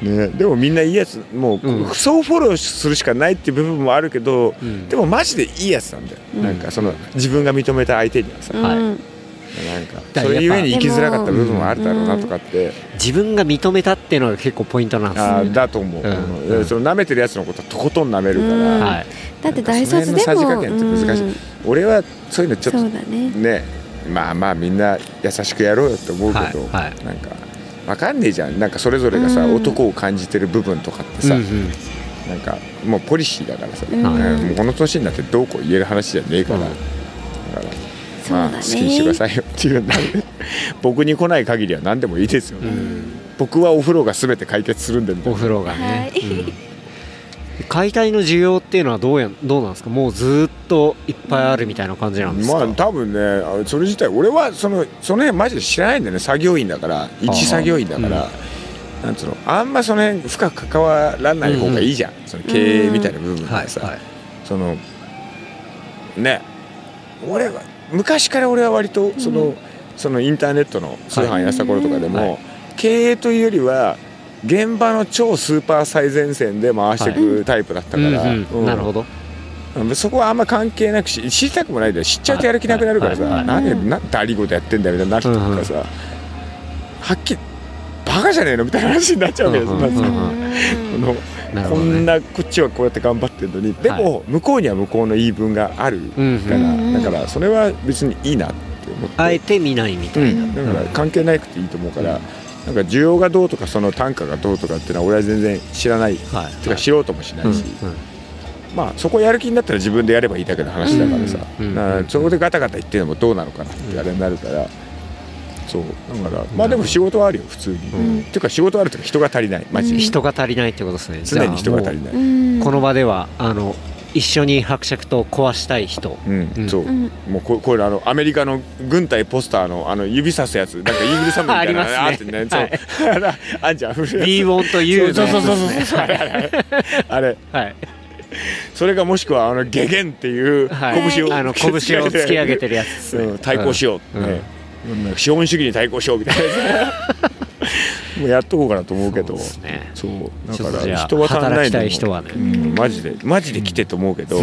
ね、でもみんないいやつもう、うん、そうフォローするしかないっていう部分もあるけど、うん、でもマジでいいやつなんだよ、うん、なんかその自分が認めた相手にはさ、うん、なんかそれゆえに生きづらかった部分もあるだろうなとかって、うん、 自分が認めたっていうのが結構ポイントなんですね。 あだと思う、うんうん、その舐めてるやつのことはとことん舐めるから、うんはい、 だって大卒でもその辺のさじ加減って難しい、うん、俺はそういうのちょっとね, ねまあまあみんな優しくやろうよって思うけど、はいはい、なんか分かんねえじゃん、なんかそれぞれがさ、うん、男を感じてる部分とかってさ、うんうん、なんかもうポリシーだからさ、うん、もうこの年になってどうこう言える話じゃねえから、うん、だからまあ、ね、好きにしてくださいよっていう僕に来ない限りは何でもいいですよね、うん、僕はお風呂が全て解決するんでみたいな。 お風呂がね、はいうん解体の需要っていうのはどうやどうなんですか。もうずっといっぱいあるみたいな感じなんですか。 まあ多分ねそれ自体俺はそのその辺マジで知らないんだよね。作業員だから一作業員だから、うん、なんつうのあんまその辺深く関わらない方がいいじゃん、うんうん、その経営みたいな部分でさ、うんはいはい、そのね俺は昔から俺は割とその、うん、そのインターネットの通販やった頃とかでも、はい、経営というよりは現場の超スーパー最前線で回していくタイプだったから、はいうんうん、なるほど。そこはあんま関係なくし知りたくもないけど知っちゃうとやる気なくなるからさ、はいはいはい、何でダリゴでやってんだよみたいになるとかさ、うんうん、はっきりバカじゃねえのみたいな話になっちゃうわけです、うんうんうん、こんなこっちはこうやって頑張ってるのにでも向こうには向こうの言い分があるから、はい、だからそれは別にいいなって思ってあえて見ないみたいな、 うん、だから関係なくていいと思うから、うんなんか需要がどうとかその単価がどうとかっていうのは俺は全然知らない、はい、てか知ろうともしないし、うんうん、まあそこやる気になったら自分でやればいいだけの話だからさ、うんうん、だからそこでガタガタ言ってるのもどうなのかなってあれになるから、うん、そうだからまあでも仕事はあるよ普通に、うん、っていうか仕事はあるというか人が足りないマジで、 うん、人が足りないってことですね。 常に人が足りないこの場ではあの一緒に伯爵と壊したい人、 うんうん、そう、うん、もうここれあのアメリカの軍隊ポスターのあの指さすやつなんかイーグルサムみたいなありますね。 あってね、はい、あんじゃん。ビーオンとユーそうそうそうそうあれあれあれ、はい、それがもしくはあのゲゲンっていう拳を、 はい、あの拳を突き上げてるやつです、ねうん、対抗しよう、うんねうん、資本主義に対抗しようみたいなやつもうやっとこうかなと思うけど、そうですね、そうだから人は足んないのも人はね、 うん、マジでマジで来てと思うけど、うん、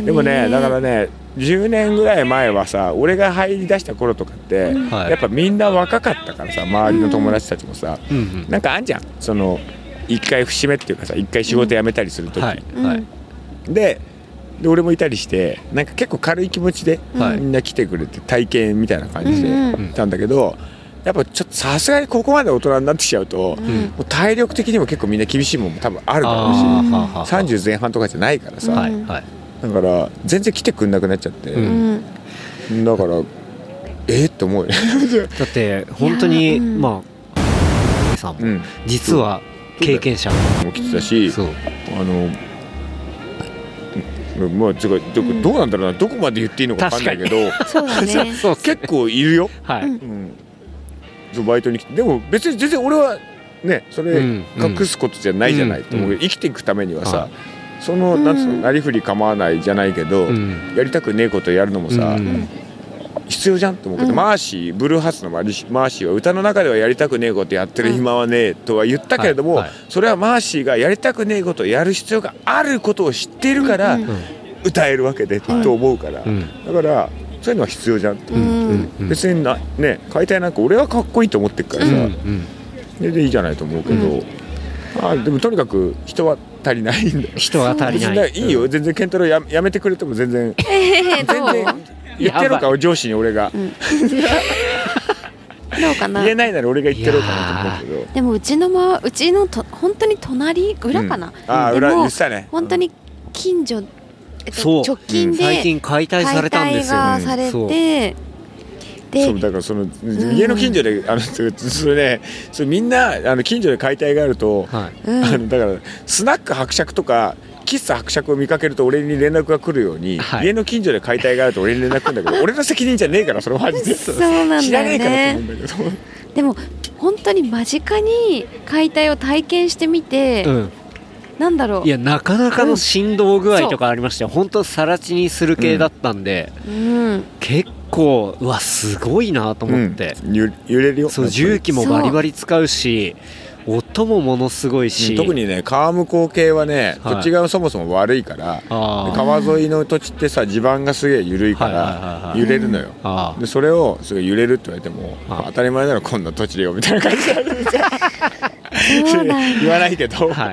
でもねだからねじゅうねんぐらい前はさ俺が入り出した頃とかって、うん、やっぱみんな若かったからさ周りの友達たちもさ、うん、なんかあんじゃんその一回節目っていうかさ一回仕事辞めたりするとき、うんはいはい、でで俺もいたりしてなんか結構軽い気持ちで、はい、みんな来てくれて体験みたいな感じでいたんだけど、やっぱちょっとさすがにここまで大人になってきちゃうと、うん、もう体力的にも結構みんな厳しいもんも多分あるだろうしさんじゅう前半とかじゃないからさ、はいはい、だから全然来てくんなくなっちゃって、うん、だからえー、って思うよだって本当に、うん、まあさんも、うん、実は経験者も来てたし、うん、あのまあ、ど, どうなんだろうな、どこまで言っていいのか分かんないけどそうだ、ね、 そう結構いるよ、はいうん、そうバイトに来てでも別に全然俺はねそれ隠すことじゃないじゃないと思う、うんうん、生きていくためにはさ、うん、そのなんつうのなりふり構わないじゃないけど、うん、やりたくねえことやるのもさ、うん、必要じゃんと思うけど、うん、マーシーブルーハーツのマーシーは歌の中ではやりたくねえことやってる暇はねえとは言ったけれども、うんはいはい、それはマーシーがやりたくねえことをやる必要があることを知っているから、うん、歌えるわけで、うん、と思うから、うん、だからそういうのは必要じゃんって、うんうん、別になね解体なんか俺はかっこいいと思ってるからさ、うんうん、で, でいいじゃないと思うけど、うん、あでもとにかく人は足りないんだよ。 人は足りない。 いいよ全然健太郎 や, やめてくれても全然、えー、全然言ってやろうか上司に俺が、うん、どうかな言えないなら俺が言ってやろうかなと思うけどでもうちのまうちのと本当に隣裏かな、うん、 あ裏言ってたね本当に近所、えっと、直近で、うん、 最近解体されたんですよ。 解体がされて、うんでそうだからその家の近所で、うん、あのそれねそれみんなあの近所で解体があると、はい、あのだからスナック伯爵とか喫茶伯爵を見かけると俺に連絡が来るように、はい、家の近所で解体があると俺に連絡来るんだけど俺の責任じゃねえからそれマジでそうなんだよね知らねえからと思うんだけどでも本当に間近に解体を体験してみて、うん、なんだろういやなかなかの振動具合とかありましたよ、うん、本当更地にする系だったんで、うん、結構うわすごいなと思って、 うん、揺れるよそう重機もバリバリ使うし音もものすごいし、 うん、特にね川向こう系はね、はい、土地がそもそも悪いから、川沿いの土地ってさ地盤がすげえ緩いから揺れるのよ、でそれをすごい揺れるって言われても当たり前ならこんな土地でよみたいな感じで言わないけど、はい、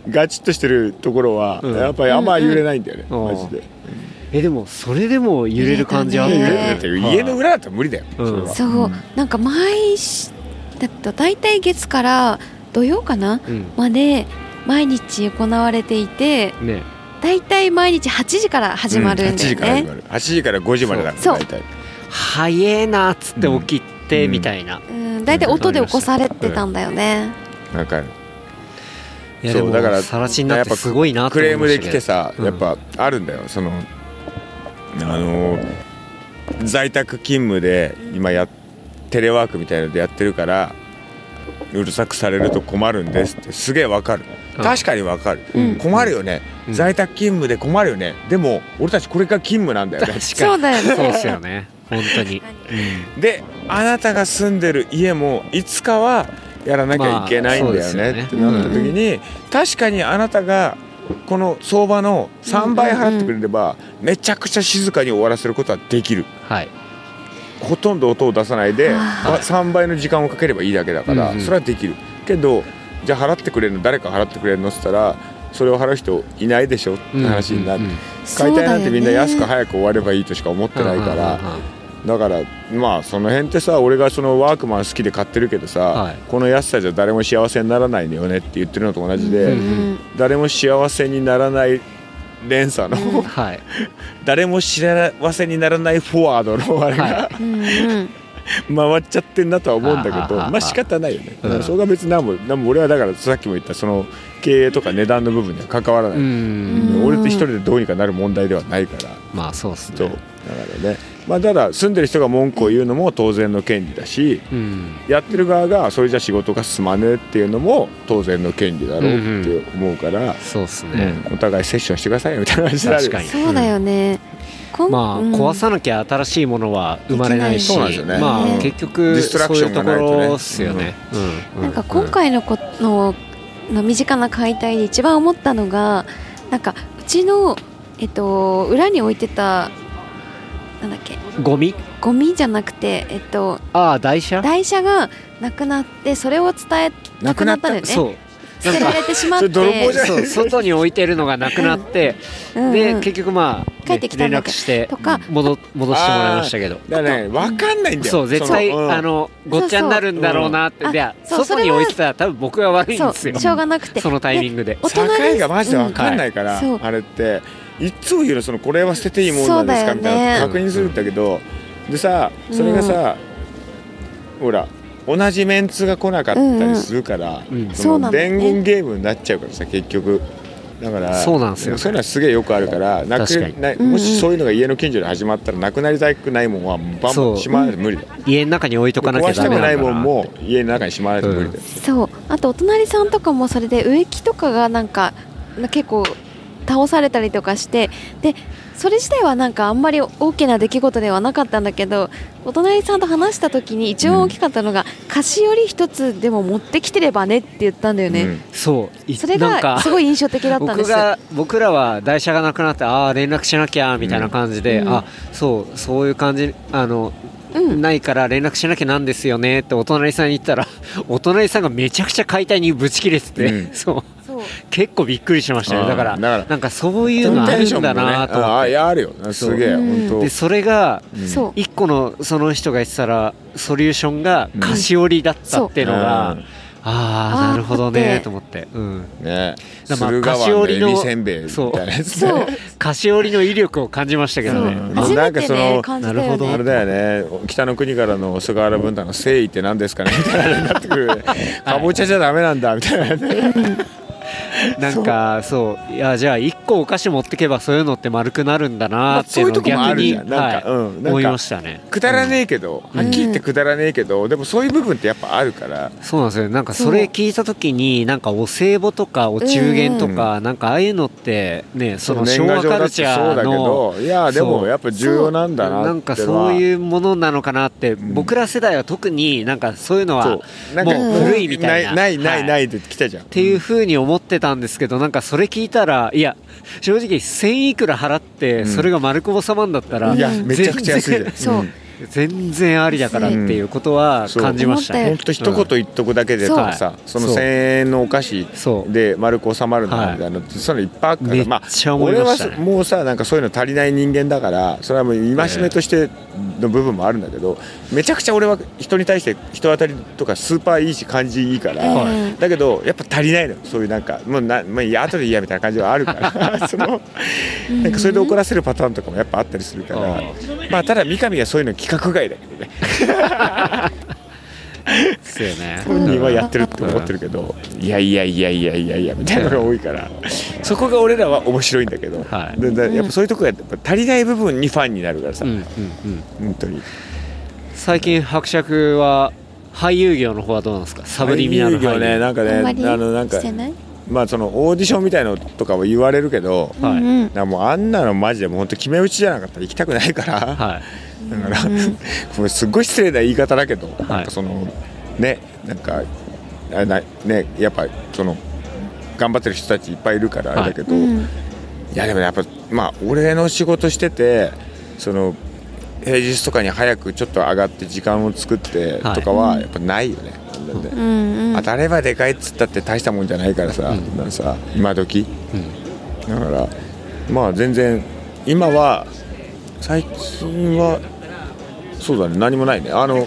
ガチッとしてるところはやっぱりあんま揺れないんだよね、うんうん、マジで。 えでもそれでも揺れる感じあって、 だって家の裏だったら無理だよ、 うん、そう、うん、なんか毎だと大体月から土曜かな、うん、まで毎日行われていて、ね、大体毎日はちじから始まるんだよね、うん、はちじから始まるはちじからごじまでだから大体早えなっつって起きてみたいな、 うんうん、大体音で起こされてたんだよね。 わ、うん、かる。 いやでもだからさらしになってすごいなと思いましたけど、クレームで来てさ、やっぱあるんだよ、そのあの在宅勤務で今やテレワークみたいなのでやってるからうるさくされると困るんですってすげえわかる。確かにわかる、うん、困るよね、うん、在宅勤務で困るよね。でも俺たちこれから勤務なんだよね。確かにそうだよね。 そうですよね本当に、 うん、であなたが住んでる家もいつかはやらなきゃいけないんだよね、まあ、よねってなった時に、うん、確かにあなたがこの相場のさんばい払ってくれればめちゃくちゃ静かに終わらせることはできる、はい、ほとんど音を出さないでさんばいの時間をかければいいだけだから、うんうん、それはできるけど、じゃあ払ってくれるの誰か払ってくれるのって言ったらそれを払う人いないでしょって話になる、うんうんうん、解体なんてみんな安く早く終わればいいとしか思ってないから、だからまあその辺ってさ、俺がそのワークマン好きで買ってるけどさ、はい、この安さじゃ誰も幸せにならないのよねって言ってるのと同じで、うんうん、誰も幸せにならない連鎖の、うんはい、誰も幸せにならないフォワードのあれが、はい、回っちゃってんなとは思うんだけど、まあ仕方ないよね。だからそれが別に何も、何も俺はだからさっきも言ったその経営とか値段の部分には関わらない。うん俺って一人でどうにかなる問題ではないから。 まあそうですね。 だからね。まあ、ただ住んでる人が文句を言うのも当然の権利だし、うん、やってる側がそれじゃ仕事が進まねえっていうのも当然の権利だろうって思うから、うんうん、 そうですね、 うん、お互いセッションしてくださいよみたいな感じになる。 確かにそうだよね、 うん、まあ、うん、壊さなきゃ新しいものは生まれないし、 そうなんですよね、 まあ、結局そういうところですよね。 なんか今回のこのの身近な解体で一番思ったのが、なんかうちの、えっと、裏に置いてたなんだっけゴミゴミじゃなくて、えっと、 ああ台車台車がなくなって、それを伝えなくなったんだよね。 そう捨てられてしまってそう外に置いてるのがなくなって、うんうん、で結局まあ、ね、 帰ってきたんだけど連絡して戻戻してもらいましたけど、 だからね分かんないんだよ。 そう絶対、うん、あのごっちゃになるんだろうなって、うん、で外に置いてたら多分僕が悪いんですよ。 しょうがなくてそのタイミングで境がマジで分かんないから、うんはい、あれっていつも言うの、そのこれは捨てていいものなんですかみたいな確認するんだけど、でさそれがさ、うん、ほら同じメンツが来なかったりするから、うんうん、その伝言ゲームになっちゃうからさ結局。だからそうなんですよ、ね、 そういうのはすげえよくあるから、なくなもしそういうのが家の近所で始まったらなくなりたくないもんはバンバンしまわないと無理だよ。 家の中に置いとかなきゃダメだから。壊したくないもんも家の中にしまわないと無理だよ、 うん、そうあとお隣さんとかもそれで植木とかがなんか結構倒されたりとかして、でそれ自体はなんかあんまり大きな出来事ではなかったんだけど、お隣さんと話した時に一番大きかったのが、うん、菓子折り一つでも持ってきてればねって言ったんだよね、うん、 そうそれがすごい印象的だったんです。 僕が僕らは台車がなくなって、ああ連絡しなきゃみたいな感じで、うん、あそうそういう感じあのうん、ないから連絡しなきゃなんですよねってお隣さんに言ったらお隣さんがめちゃくちゃ解体にぶち切れてて、うん、そう結構びっくりしましたね。だからなんかそういうのあるんだなと思って、 ああいやあるよすげえ本当で、それが一個のその人が言ってたらソリューションが菓子折りだったっていうのが、うんああなるほどねと思って、うんね、 駿河湾のエビせんべいみたいなやつで菓子折りの威力を感じましたけどね。 なんかそのなるほどあれだよね、北の国からの菅原文太の誠意って何ですかねみたいなのになってくるかぼちゃじゃダメなんだみたいなねなんかそういやじゃあいっこお菓子持ってけばそういうのって丸くなるんだなっていうのを逆に思いましたね。 くだらねえけど、はっきり言ってくだらねえけど、でもそういう部分ってやっぱあるから。 そうなんですよ。なんかそれ聞いた時になんかお歳暮とかお中元とかなんかああいうのってね、その昭和カルチャーのいやでもやっぱ重要なんだなって。 なんかそういうものなのかなって、僕ら世代は特になんかそういうのはもう古いみたいな、 ないないないって来たじゃんっていう風に思ってたんですけど、なんかそれ聞いたらいや正直せんいくら払ってそれが丸く収まるんだったら、 いやめちゃくちゃ安いで、 そう全然ありだからっていうことは感じましたね。 本当一言言っとくだけでとかさ、そのせんえんのお菓子で丸く収まるんだみたいな、そういうのいっぱいあるから、まあ俺はもうさなんかそういうの足りない人間だから、それはもう戒めとしての部分もあるんだけど、めちゃくちゃ俺は人に対して人当たりとかスーパーいいし感じいいから、だけどやっぱ足りないの、そういうなんかもうなまあいや後でいいやみたいな感じはあるからそのなんかそれで怒らせるパターンとかもやっぱあったりするから、まあただ三上はそういうの規格外だけどねそうよね、 本人はやってるって思ってるけど、いやいやいやいやいやいやみたいなのが多いから、そこが俺らは面白いんだけど、はい、でやっぱそういうとこがやっぱ足りない部分にファンになるからさ、うんうんうん、本当に。 最近伯爵は俳優業の方はどうなんですか？サブリミナル俳優業ね、なんかね、あのなんかまあそのオーディションみたいのとかは言われるけど、はい、だからもうあんなのマジでもう本当決め打ちじゃなかったら行きたくないから、はい、だから、うん、これすごい失礼な言い方だけど、はい、なんかそのねなんかあなねやっぱその頑張ってる人たちいっぱいいるからあれだけど、はい、うん、いやでもやっぱまあ俺の仕事しててその平日とかに早くちょっと上がって時間を作ってとかはやっぱないよね、はい、なんで、うんうん、当たればでかいっつったって大したもんじゃないからさ、うん、なんかさ今時、うん、だからまあ全然今は最近はそうだね何もないね、あの、うん、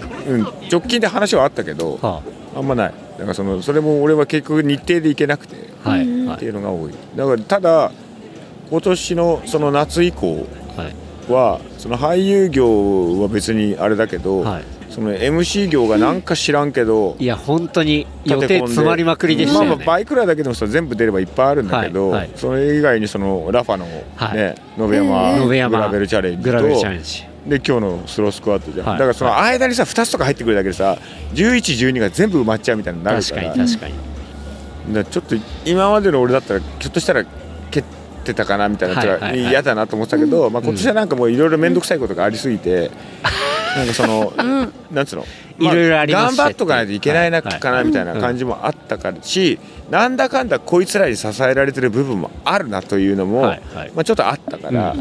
直近で話はあったけど、はあ、あんまない。だからそのそれも俺は結局日程で行けなくて、はい、っていうのが多い。だからただ今年のその夏以降は、はい、その俳優業は別にあれだけど、はい、その エムシー 業がなんか知らんけど、 いや本当に予定詰まりまくりでしたよね。 まあまあバイクラだけでもさ全部出ればいっぱいあるんだけど、はいはい、それ以外にそのラファのね、はい、延山グラベルチャレンジとで今日のスロースクワットじゃん、はい、だからその間にさふたつとか入ってくるだけでさじゅういち、じゅうにが全部埋まっちゃうみたいになるから、 確かに確かに、 だからちょっと今までの俺だったらひょっとしたら蹴ってたかなみたいな嫌、はいはいはい、だなと思ってたけど、うん、まあ、今年はなんかもういろいろ面倒くさいことがありすぎて、うん、なんかその、うん、なんつうの、まあ、 いろいろありま頑張っとかないといけないなかなみたいな感じもあったからし、なんだかんだこいつらに支えられてる部分もあるなというのも、はいはい、まあ、ちょっとあったから、うん、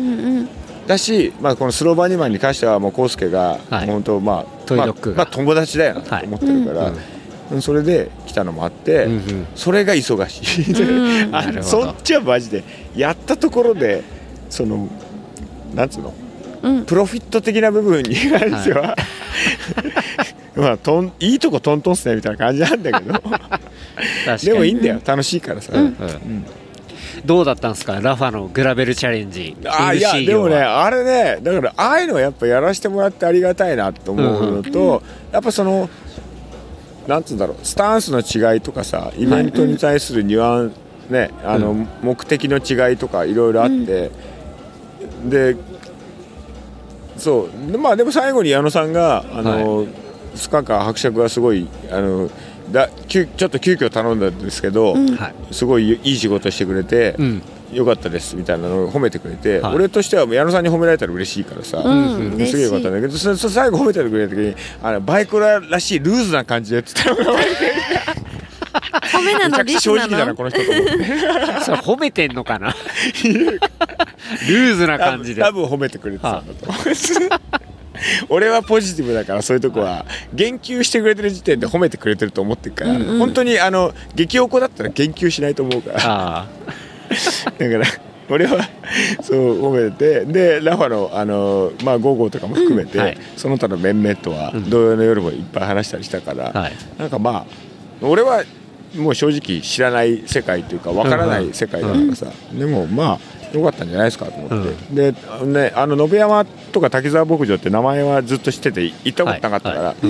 だし、まあ、このスローバニマンに関してはもう康介が本当、まあまあまあ、友達だよなと思ってるから、はい、うん、それで来たのもあって、うんうん、それが忙しい、うん、あそっちはマジでやったところでそのなんつうの、うん、プロフィット的な部分に関しては、はい、まあとんいいとこトントンっすねみたいな感じなんだけどでもいいんだよ、楽しいからさ、うんうんうん、 どうだったんですかラファのグラベルチャレンジ。 あいやでもねあれねだからああいうのはやっぱやらせてもらってありがたいなと思うのと、うんうん、やっぱそのなんつうんだろうスタンスの違いとかさイベントに対するニュアンス、ね、あの、うん、目的の違いとかいろいろあって、うん、でそうまあでも最後に矢野さんがあの、はい、スカか伯爵がすごいあのだちょっと急遽頼んだんですけど、うん、すごいいい仕事してくれて、うん、よかったですみたいなのを褒めてくれて、はい、俺としては矢野さんに褒められたら嬉しいからさ、うんうん、すげえよかったんだけどそそ最後褒めてくれた時にあのバイクラらしいルーズな感じでって言ったのが褒めなのめちゃくちゃ正直だなこの人と思ってそれ褒めてんのかなルーズな感じで多分褒めてくれてたんだと思う俺はポジティブだからそういうとこは言及してくれてる時点で褒めてくれてると思ってるから、うんうん、本当にあの激おこだったら言及しないと思うからあだから俺はそう褒めてでラファのあのまあゴーゴーとかも含めて、うんはい、その他の面々とは同様の夜もいっぱい話したりしたから、うんはい、なんかまあ俺はもう正直知らない世界というかわからない世界だからさ、うんうん、でもまあ良かったんじゃないですかと思って、うん、でねあの延山とか滝沢牧場って名前はずっと知ってて行ったことなかったから、はいはい、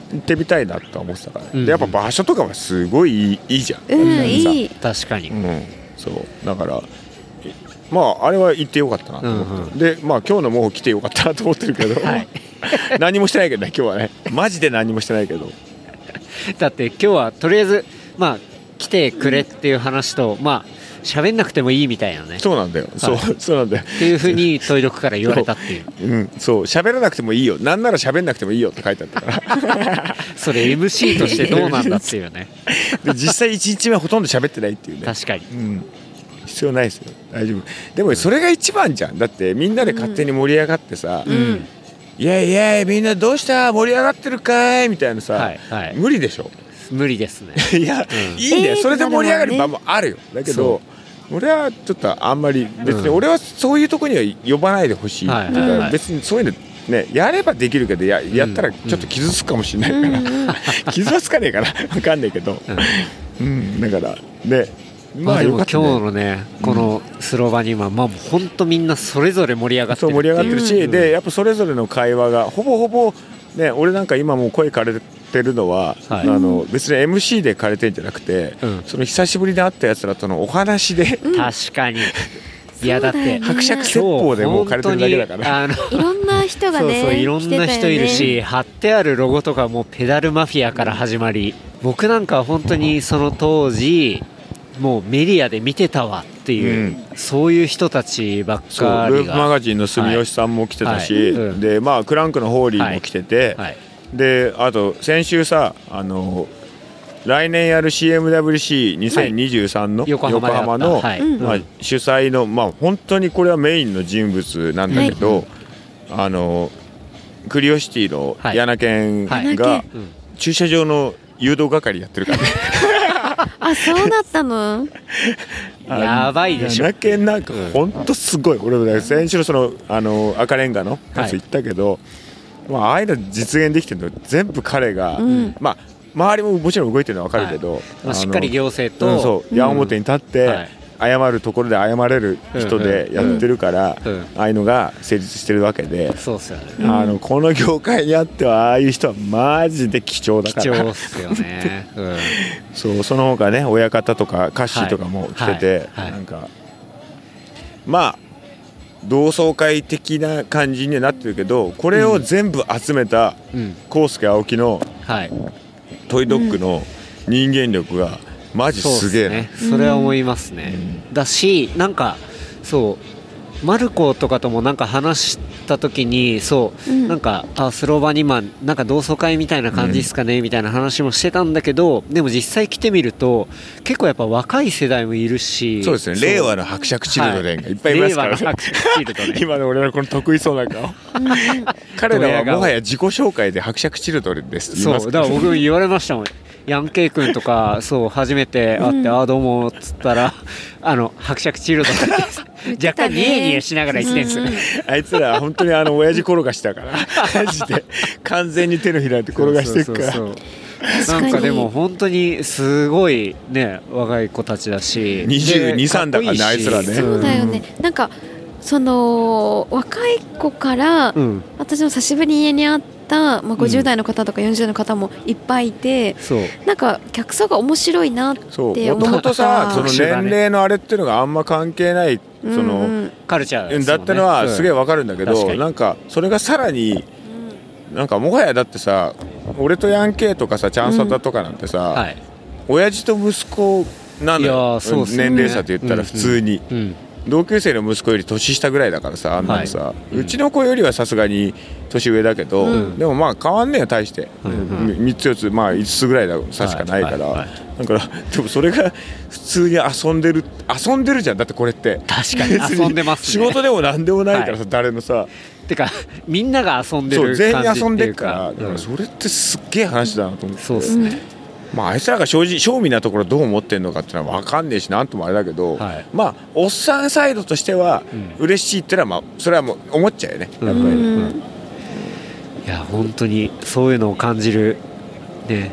ってみたいなとは思ってたから、ね、 うんうん、 でやっぱ場所とかはすごいいい、いいじゃん、 うん、いい、 確かに、 うん、そうだからまああれは行ってよかったなと思って、うんうん、でまあ今日のもう来てよかったなと思ってるけど、はい、何もしてないけどね今日はね、マジで何もしてないけどだって今日はとりあえずまあ来てくれっていう話と、うん、まあ喋んなくてもいいみたいなね。 そうなんだよ、はい、そうそうなんだよっていう風にトイロックから言われたっていううん、そう喋らなくてもいいよ、なんなら喋んなくてもいいよって書いてあったからそれ エムシー としてどうなんだっていうねで実際いちにちめほとんど喋ってないっていうね。 確かに、 うん、必要ないですよ、大丈夫。でもそれが一番じゃん。だってみんなで勝手に盛り上がってさ、うん、イエイイエイみんなどうした盛り上がってるかいみたいなさ、はいはい、無理でしょ。 無理ですねいや、うん、いいんだよ、それで盛り上がる場もあるよ。だけど俺はちょっとあんまり別に俺はそういうとこには呼ばないでほしい、はいはいはい、別にそういうのねやればできるけど や, やったらちょっと傷つくかもしれないから、うん、傷はつかねえかな分かんないけど、うん、うん、だからでまあでも今日のねこのスロバニマン、まあ本当みんなそれぞれ盛り上がってるそう盛り上がってるし、うん、でやっぱそれぞれの会話がほぼほぼね、俺なんか今もう声枯れてるのは、はい、あの別に エムシー で枯れてるんじゃなくて、うん、その久しぶりに会ったやつらとのお話で、 うん、確かにいやだって伯爵説法でもう枯れてるだけだからあのいろんな人がねそうそういろんな人いるし、ね、貼ってあるロゴとかもペダルマフィアから始まり、うん、僕なんかは本当にその当時もうメディアで見てたわっていう、うん、そういう人たちばっかりがループマガジンの住吉さんも来てたし、はいはいうん、でまあクランクのホーリーも来てて、はいはい、であと先週さあの来年やる シーエムダブリューシーにせんにじゅうさん の横浜の、はいまあ、主催の、まあ、本当にこれはメインの人物なんだけど、はい、あのクリオシティの柳健が駐車場の誘導係やってるからねあ、そうだったのやばいでしょ。 柳健なんか本当すごい、俺もね先週のそのあの赤レンガのやつ行ったけど、はいまあ、ああいうの実現できてるの全部彼が、うん、まあ周りももちろん動いてるのは分かるけど、はいまあ、しっかり行政と、 うん、そう矢面に立って、うんはい謝るところで謝れる人でやってるから、うんうんうん、ああいうのが成立してるわけで、 そうっすよね、 あのこの業界にあってはああいう人はマジで貴重だから貴重っすよね、うん、 そうその他ね親方とかカッシーとかも来てて、はいはいはい、なんかまあ同窓会的な感じにはなってるけどこれを全部集めた康介青木のトイドッグの人間力がマジすげえな、 ね、それは思いますね、うん、だしなんかそうマルコとかともなんか話した時にそう、うん、なんかあスローバニマンなんか同窓会みたいな感じですかね、うん、みたいな話もしてたんだけどでも実際来てみると結構やっぱ若い世代もいるしそうですね令和の伯爵チルドレンがいっぱいいますから、ね、 令和の伯爵チルドレン今の俺のこの得意そうな顔彼らはもはや自己紹介で伯爵チルドレンですって言いますからそうだから僕言われましたもんヤンケイ君とかそう初めて会って、うん、あどうもっつったらあの伯爵チルドレンです若干ニヤニヤしながら言ってんすよ、うん、 あいつら本当にあの親父転がしだからマジで完全に手のひらで転がしていくからそうそうそうそうなんかでも本当にすごいね若い子たちだしにじゅうに、さんだからねあいつらねそうだよね、うん、なんかその若い子から、うん、私も久しぶりに家に会ったまあ、ごじゅう代の方とかよんじゅう代の方もいっぱいいて、うん、なんか客層が面白いなって思った。 もともとさその年齢のあれっていうのがあんま関係ないその、うん、 カルチャー、ね、 だったのはすげえわかるんだけど、うん、なんかそれがさらになんかもはやだってさ俺とヤンケイとかさチャンサタとかなんてさ、うんはい、親父と息子なんだよ、ね、年齢差って言ったら普通に、うんうんうん同級生の息子より年下ぐらいだからさあんなのさ、はい、うちの子よりはさすがに年上だけど、うん、でもまあ変わんねえよ大して、うんうん、みっつよっつまあいつつぐらいだ差しかないから、はいはいはい、だからでもそれが普通に遊んでる遊んでるじゃんだってこれって確かに遊んでますね仕事でもなんでもないからさ、はい、誰のさてかみんなが遊んでる感じっていうかそう全員遊んでるから、だからそれってすっげえ話だなと思って、 そうですねまあ、あいつらが正直正味なところどう思ってるのかっていうのは分かんねえしなんともあれだけど、はい、まあおっさんサイドとしては嬉しいっていうのはまあそれはもう思っちゃうよねやっぱり、うんうん、 いや本当にそういうのを感じるね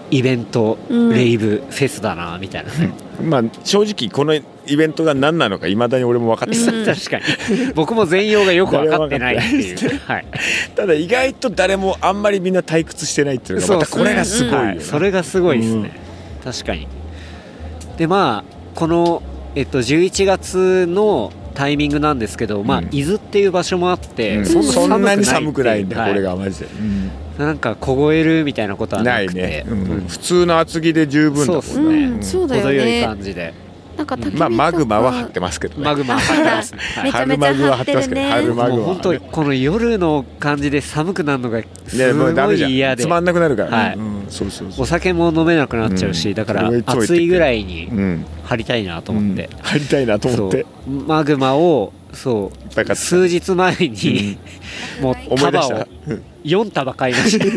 イベント、 うんレイブフェスだなみたいなね、 まあ正直このイベントが何なのかいまだに俺も分かってない、 うん確かに僕も全容がよく分かってないっていう、はい、 ただ意外と誰もあんまりみんな退屈してないっていうのがまたこれがすごいよな、 はい、それがすごいですね、うん、確かに。でまあこの、えっと、じゅういちがつのタイミングなんですけど、まあ、伊豆っていう場所もあって、 うん、 そんなに寒くないんだ、 はい、 これがマジで、うん、 なんか凍えるみたいなことはなくてないね、うんうん、普通の厚着で十分だもんね、 そうですね、うん、そうだよね、 程よい感じで、 なんか焚き火とか、 まあマグマは張ってますけどね、 マグマは張ってますね、 めちゃめちゃ張ってるね、 春マグはもう本当にこの夜の感じで寒くなるのがすごい嫌で、 つまんなくなるから、 はい、 うん、そうそうそう、 お酒も飲めなくなっちゃうし、うん、だから暑いぐらいに張りたいなと思って、 うんうん、張りたいなと思ってマグマをそう数日前に、うん、もう束をよん束買いました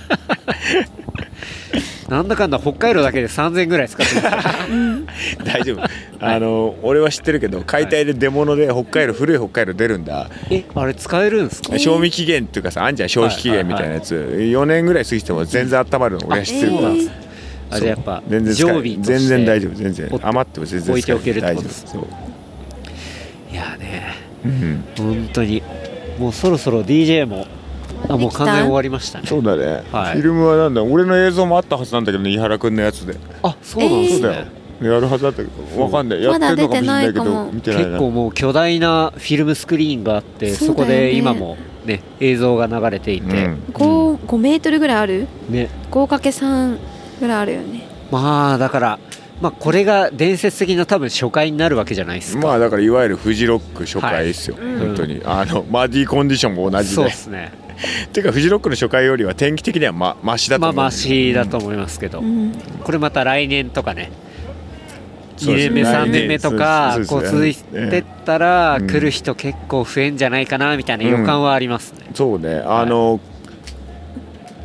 なんだかんだ北海道だけでさんぜんえんぐらい使ってます大丈夫、あの俺は知ってるけど解体で出物で北海道、古い北海道出るんだ。 えあれ使えるんですか？ 賞味期限っていうかさ、あんじゃん消費期限みたいなやつ、はいはいはい、よねんぐらい過ぎても全然温まるの俺は知ってるから、えー、 あじゃあやっぱ全然常備として全然大丈夫、全然余っても全然置いておけるってことです。 そういやね、 うん、 本当にもうそろそろ ディージェー もあもう完全終わりましたね。 そうだね、 はい、 フィルムはなんだ、俺の映像もあったはずなんだけどね、井原くんのやつで。 あそうなんですね、 えー、やるはずだったけどわかんない、やってるのかもしれないけど見てないな。 結構もう巨大なフィルムスクリーンがあって、 そ, ね、そこで今もね映像が流れていて、うん、 5, 5メートルぐらいある、 ね、 ごかけさん ぐらいあるよね。 まあだからまあ、これが伝説的な多分初回になるわけじゃないですか。 まあだからいわゆるフジロック初回ですよ、はい、本当に、うん、あのマディコンディションも同じで、 そうですねていうかフジロックの初回よりは天気的にはまマシだと思う、 まあマシだと思いますけど、うん、これまた来年とかねにねんめさんねんめとかこう続いてったら来る人結構増えんじゃないかなみたいな予感はありますね、 うん、そうね、あの、はい、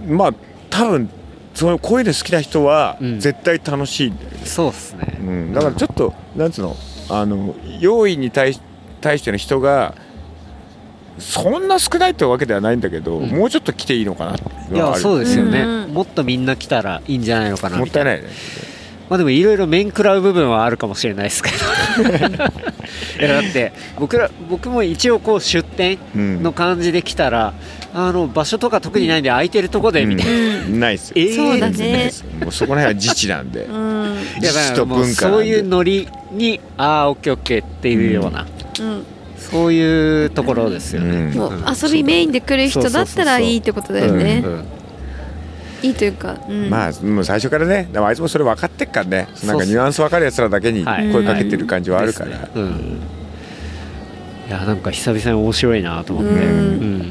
まあ多分そのこういうの好きな人は絶対楽しいんだよね、 うん、そうですね、 うん、だからちょっとなんつうの、あの用意に対し、対しての人がそんな少ないってわけではないんだけど、うん、もうちょっと来ていいのかなっていうのはある。 いやそうですよね、うん、もっとみんな来たらいいんじゃないのかなみたいな。 もったいないね。 まあ、でもいろいろ面食らう部分はあるかもしれないですけどいやだって僕ら僕も一応こう出店の感じで来たら、うん、あの場所とか特にないんで空いてるとこでみたいな、 うん、ないですよ、 えー、そうだね、 もうそこら辺は自治なんで、うん、自治と文化なんで、 そういうノリにああオッケーオッケーっていうような、うん、そういうところですよね、 うん、もう遊びメインで来る人だったらいいってことだよね、いいというか、うん、 まあもう最初からね、でもあいつもそれ分かってっからね、なんかニュアンス分かるやつらだけに声かけてる感じはあるから、はいはい、うん、 いやなんか久々に面白いなと思って、うんうん、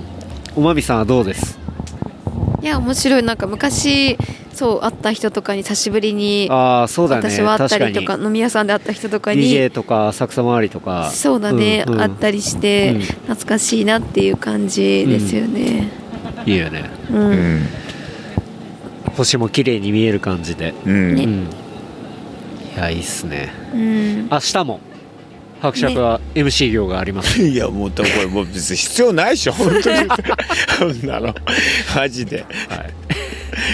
おまみさんはどうです？ いや面白い、なんか昔そう会った人とかに久しぶりにあそうだ、ね、 私は会ったりと か, か飲み屋さんで会った人とかにディージェー とか浅草周りとかそうだね、うんうん、会ったりして、うん、懐かしいなっていう感じですよね、 うん、いいよね、 うんうん、 星も綺麗に見える感じで、 うんね、 うん、いやいいっすね、 うん、 明日も伯爵は エムシー 業があります、 ね、いやもうこれもう別に必要ないでしょ本当にそんなのマジで、はい、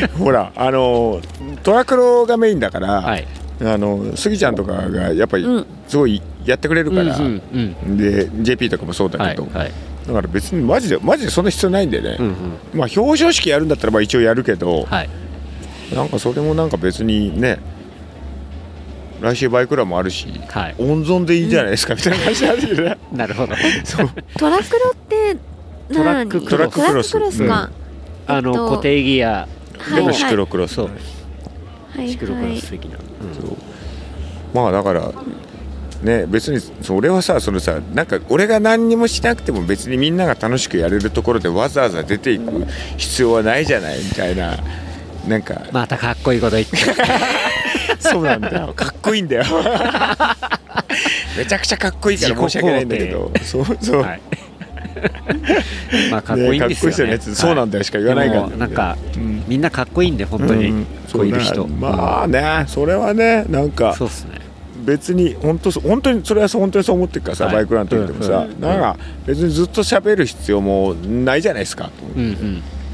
ほらあのトラクロがメインだから、はい、あのスギちゃんとかがやっぱりすごいやってくれるから、うんうんうん、で ジェーピー とかもそうだけど、はいはい、だから別にマジでマジでそんな必要ないんでね、うんうん、まあ表彰式やるんだったらまあ一応やるけど、はい、なんかそれもなんか別にね来週バイクラもあるし、はい、温存でいいんじゃないですか、うん、みたいな感じなんですよねなるほどそうトラクロってトラッククロス、 トラッククロスか、 うん、あの、えっと、固定ギアでもシクロクロス、 そう、 はいはい、 シクロクロス的な、うん、 そうまあだからね、別に俺はさそのさなんか俺が何にもしなくても別にみんなが楽しくやれるところでわざわざ出ていく必要はないじゃないみたいな、なんかまたかっこいいこと言ってそうなんだよ、かっこいいんだよめちゃくちゃかっこいいから申し訳ないんだけど、そうそう、はいまあかっこいいんですよね、ね、かっこいい人のやつ、そうなんだよしか言わないから、ね、 なんか、うん、みんなかっこいいんで本当に、うん、こういる人、 まあね、それはねなんかそうっすね、 別に本当本当にそれは本当にそう思ってるからさ、はい、バイクランの時でもさ、うんうん、なんか別にずっと喋る必要もないじゃないですか、 うんうん、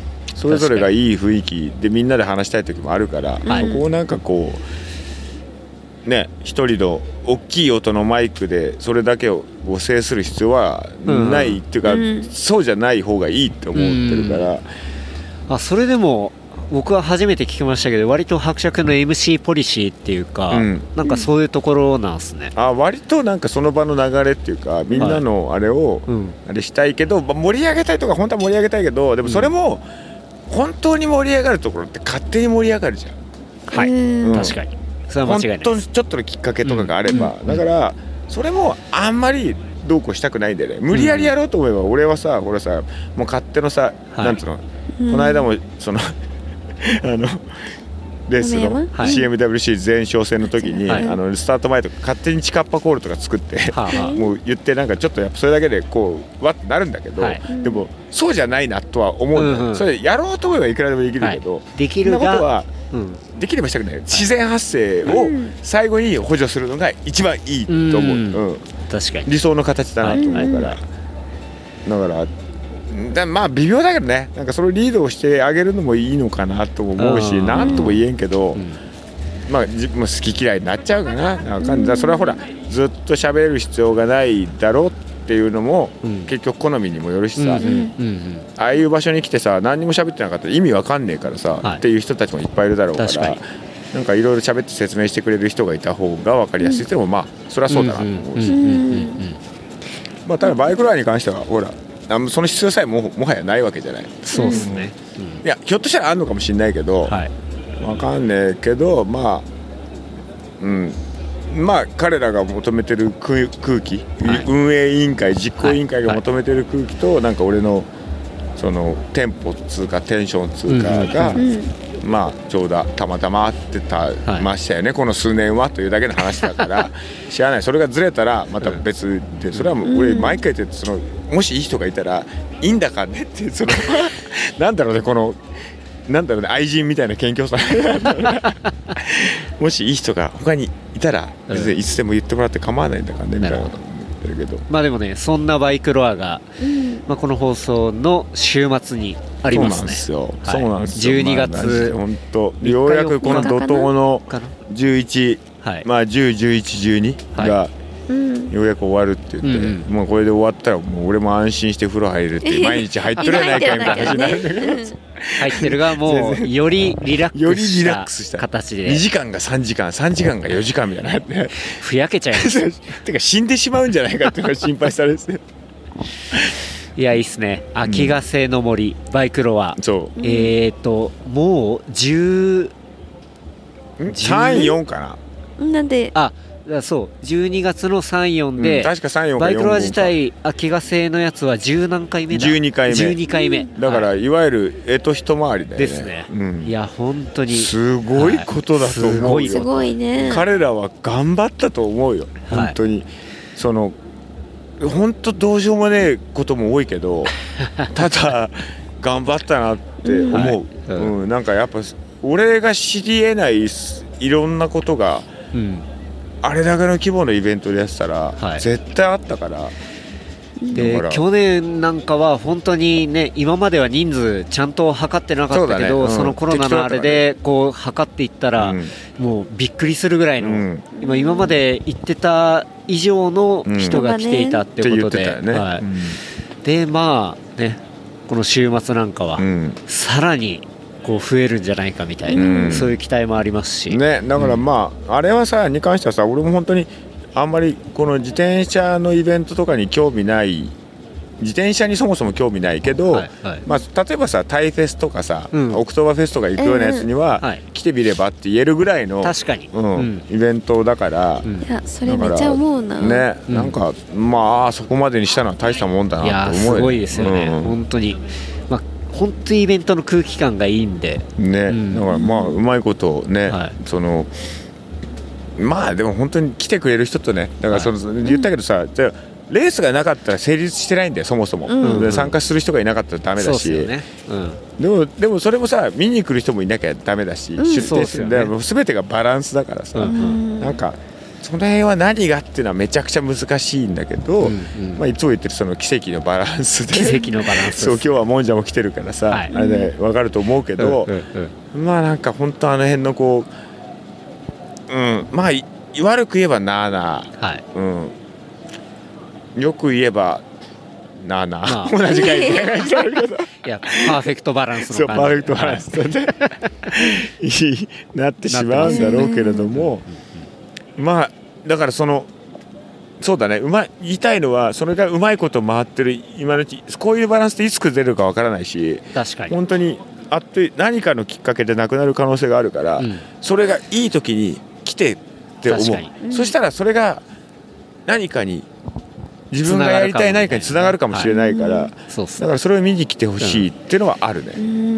それぞれがいい雰囲気でみんなで話したい時もあるから、はい、そこをなんかこうね一人の大きい音のマイクでそれだけを制する必要はない、うん、っていうか、うん、そうじゃない方がいいって思ってるから、 うん、あそれでも僕は初めて聞きましたけど割と伯爵の エムシー ポリシーっていうか、うん、なんかそういうところなんですね、 うん、あ割となんかその場の流れっていうかみんなのあれをあれしたいけど、はい、盛り上げたいとか本当は盛り上げたいけどでもそれも本当に盛り上がるところって勝手に盛り上がるじゃん。 はい、うん、確かにそれは間違いないです。 本当にちょっとのきっかけとかがあれば、うん、だからそれもあんまりどうこうしたくないんでね無理やりやろうと思えば、うん、俺はさ俺さもう勝手のさ、はい、なんつうの、うん、この間もそのあのレースの シーエムダブリューシー 前哨戦の時に、はい、あのスタート前とか勝手にチカッパコールとか作って、はい、もう言ってなんかちょっとやっぱそれだけでこうわってなるんだけど、はい、でもそうじゃないなとは思うんだよ、うんうん、それやろうと思えばいくらでもできるけど、はい、 できるがそんなことは、うん、できればしたくない。自然発生を最後に補助するのが一番いいと思う、うんうん、 確かに理想の形だなと思うから、はい、だからだまあ微妙だけどねなんかそのリードをしてあげるのもいいのかなと思うし何とも言えんけど、うん、まあ自分も好き嫌いになっちゃうかななんか、うん、それはほらずっと喋る必要がないだろうっていうのも、うん、結局好みにもよるしさ、うんうんうん、ああいう場所に来てさ何にも喋ってなかったら意味わかんねえからさ、はい、っていう人たちもいっぱいいるだろうから確かになんかいろいろ喋って説明してくれる人がいた方が分かりやすいっていうのもまあそれはそうだなと思うしまあただバイクライに関してはほらその必要さえ も, もはやないわけじゃない。 そうですね、 うん、いやひょっとしたらあるのかもしれないけど、はい、わかんねえけどまあうんまあ彼らが求めてる 空, 空気、はい、運営委員会実行委員会が求めてる空気と、はい、なんか俺のそのテンポつうかテンションつうかが、うんうんまあちょうどたまたま合ってたましたよね、はい、この数年はというだけの話だから知らないそれがずれたらまた別でそれはもう俺毎回言ってそのもしいい人がいたらいいんだかねってそのなんだろうねこのなんだろうね愛人みたいな謙虚さもしいい人が他にいたら別にいつでも言ってもらって構わないんだからねみたいなこと思ってるけどまあでもねそんなバイクロアが、うんまあ、この放送の週末にありますね。 そうなんですよ。じゅうにがつ本当ようやくこの怒涛のじゅういち、はい、まあじゅう、じゅういち、じゅうにがようやく終わるって言って、うんうん、もうこれで終わったらもう俺も安心して風呂入れるって毎日入ってるやないかみたいな話になるんだけど入ってるがもうよりリラックスした形でにじかんがさんじかんさんじかんがよじかんみたいなふやけちゃいますてか死んでしまうんじゃないかっていうのが心配されていやいいっすね秋ヶ瀬の森、うん、バイクロアそうえーともうじゅうさん、よんかななんであそうじゅうにがつのさん、よんで、 うん、確かさん、よんかバイクロア自体秋ヶ瀬のやつはじゅう何回目だじゅうにかいめじゅうにかいめだから、はい、いわゆる干支一回りだよねですね、うん、いや本当にすごいことだと思うよ、 すごいね彼らは頑張ったと思うよ本当に、はい、その本当どうしようもねえことも多いけどただ頑張ったなって思う、うんはいうんうん、なんかやっぱ俺が知り得ないいろんなことが、うん、あれだけの規模のイベントでやってたら、はい、絶対あったからで去年なんかは本当にね今までは人数ちゃんと測ってなかったけど そ,、ねうん、そのコロナのあれでこう測っていったら、うん、もうびっくりするぐらいの、うん、今, 今まで行ってた以上の人が来ていたってことで、うんねはいうん、でまあねこの週末なんかは、うん、さらにこう増えるんじゃないかみたいな、うん、そういう期待もありますし、 ね、だからまあ、うん、あれはさに関してはさ俺も本当にあんまりこの自転車のイベントとかに興味ない自転車にそもそも興味ないけど、はいはいまあ、例えばさタイフェスとかさ、うん、オクトーバーフェスとか行くようなやつには、うんはい、来てみればって言えるぐらいの確かに、 うんうん、イベントだから、 うん、いやそれめっちゃ思うなね、うん、なんかまあそこまでにしたのは大したもんだなと思うよ、 いやすごいですよね、うん、本当にまあ本当にイベントの空気感がいいんでね、うん、だからまあうまいことね、はい、そのまあでも本当に来てくれる人とねだからその、はい、言ったけどさ、うん、じゃレースがなかったら成立してないんだよそもそも、うん、で参加する人がいなかったらダメだし、 そうですよね、うん、 でもでもそれもさ見に来る人もいなきゃダメだし、うん、出店するんで、ね、全てがバランスだからさ、うん、なんかその辺は何がっていうのはめちゃくちゃ難しいんだけど、 うんうんまあ、いつも言ってるその奇跡のバランスで奇跡のバランスそう今日はもんじゃも来てるからさ、はい、あれで分かると思うけど、うんうんうん、まあなんか本当あの辺のこう、うん、まあ悪く言えばなあなあ、はいうん、よく言えばなあなあ、まあ、同じ回みたいな感じだけどいやパーフェクトバランスの感じそうパーフェクトバランスでなってしまうんだろうけれども、まあだからそのそうだねうまい言いたいのはそれがうまいこと回ってる今のうちこういうバランスでいつ崩れるかわからないし確かに本当にあって何かのきっかけでなくなる可能性があるから、うん、それがいい時に来てって思う、うん、そしたらそれが何かに自分がやりたい何かにつながるかもしれないから、はい、だからそれを見に来てほしいっていうのはあるね、うん、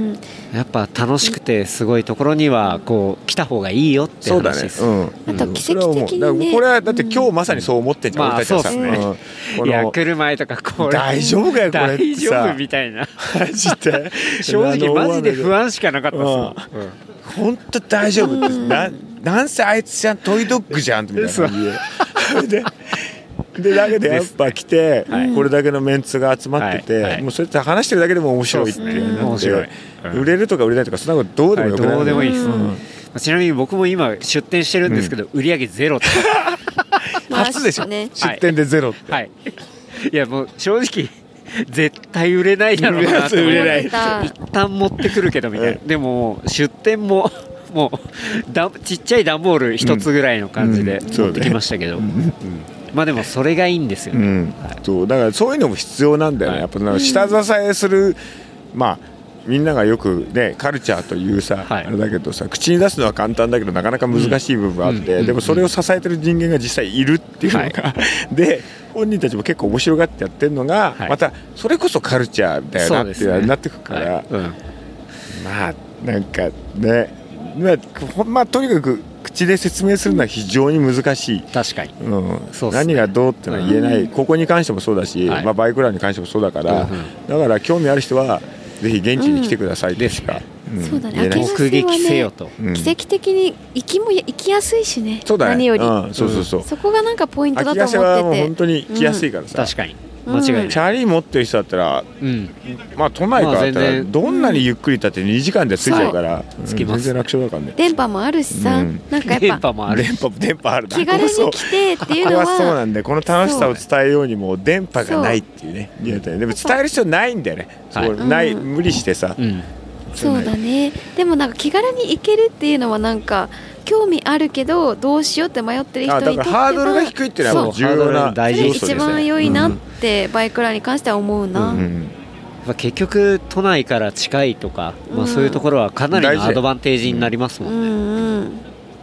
やっぱ楽しくてすごいところにはこう来た方がいいよって話です。 そうだね、 うん、あと奇跡的にねこれはだって今日まさにそう思ってんじゃん、うん、俺たちはさ、まあそうですね、いや来る前とかこれ大丈夫かよこれ大丈夫みたいなマジで正直マジで不安しかなかったですもん。 本当大丈夫って、うん、な, なんせあいつじゃんトイドッグじゃんみたいな感じででだけでやっぱ来て、はい、これだけのメンツが集まってて、はいはい、もうそうやって話してるだけでも面白いっていうので、ねうん、売れるとか売れないとかそんなことどうでもよくない、 はい、どうでもいいです、うん、ちなみに僕も今出店してるんですけど、うん、売り上げゼロって初でしょ、ね、出店でゼロって、 はいはい、いやもう正直絶対売れないだろうなと思って一旦持ってくるけどみたいな、うん、でも出店ももうだちっちゃい段ボール一つぐらいの感じで持ってきましたけど、うんうんうんまあでもそれがいいんですよね、うんはい、 そうだからそういうのも必要なんだよね、はい、やっぱなんか下支えする、まあみんながよくねカルチャーというさ、はい、あれだけどさ口に出すのは簡単だけどなかなか難しい部分があって、うん、でもそれを支えてる人間が実際いるっていうのが、はい、で本人たちも結構面白がってやってるのが、はい、またそれこそカルチャーだよなっていう、ね、なってくるから、はいうん、まあなんかねまあ、まあ、とにかく口で説明するのは非常に難しい。 確かに、 うんそうですね、何がどうってのは言えない、うん、ここに関してもそうだし、はいまあ、バイクランに関してもそうだから、うん、だから興味ある人はぜひ現地に来てくださいってしか、 うんうん、そうだね、 目撃せよと、 うん、奇跡的に行きも行きやすいしね、 そうだね何より、 うん、そうそうそう、 そこがなんかポイントだと思ってて、 秋ヶ瀬はもう本当に来やすいからさ、 うん、確かに間違いない、 チャリー持ってる人だったら、うん、まあ都内からだったらどんなにゆっくり経ってにじかんで着いちゃうから、うん、全然楽勝だからね。 電波もあるしさ、うん、なんかやっぱ電波もある電波電波ある気軽に来てっていうのはここはそうなんで、この楽しさを伝えようにも電波がないっていうね、でも伝える必要ないんだよね、そうない、うん、無理してさ、うん、 そうだね。でもなんか気軽に行けるっていうのはなんか興味あるけどどうしようって迷ってる人にとっては、 だからハードルが低いっていうのはもう重要な大要素ですね。 一番良いなってバイクランに関しては思うな、うんうんうん、結局都内から近いとか、まあ、そういうところはかなりのアドバンテージになりますもんね、うんうんうん、い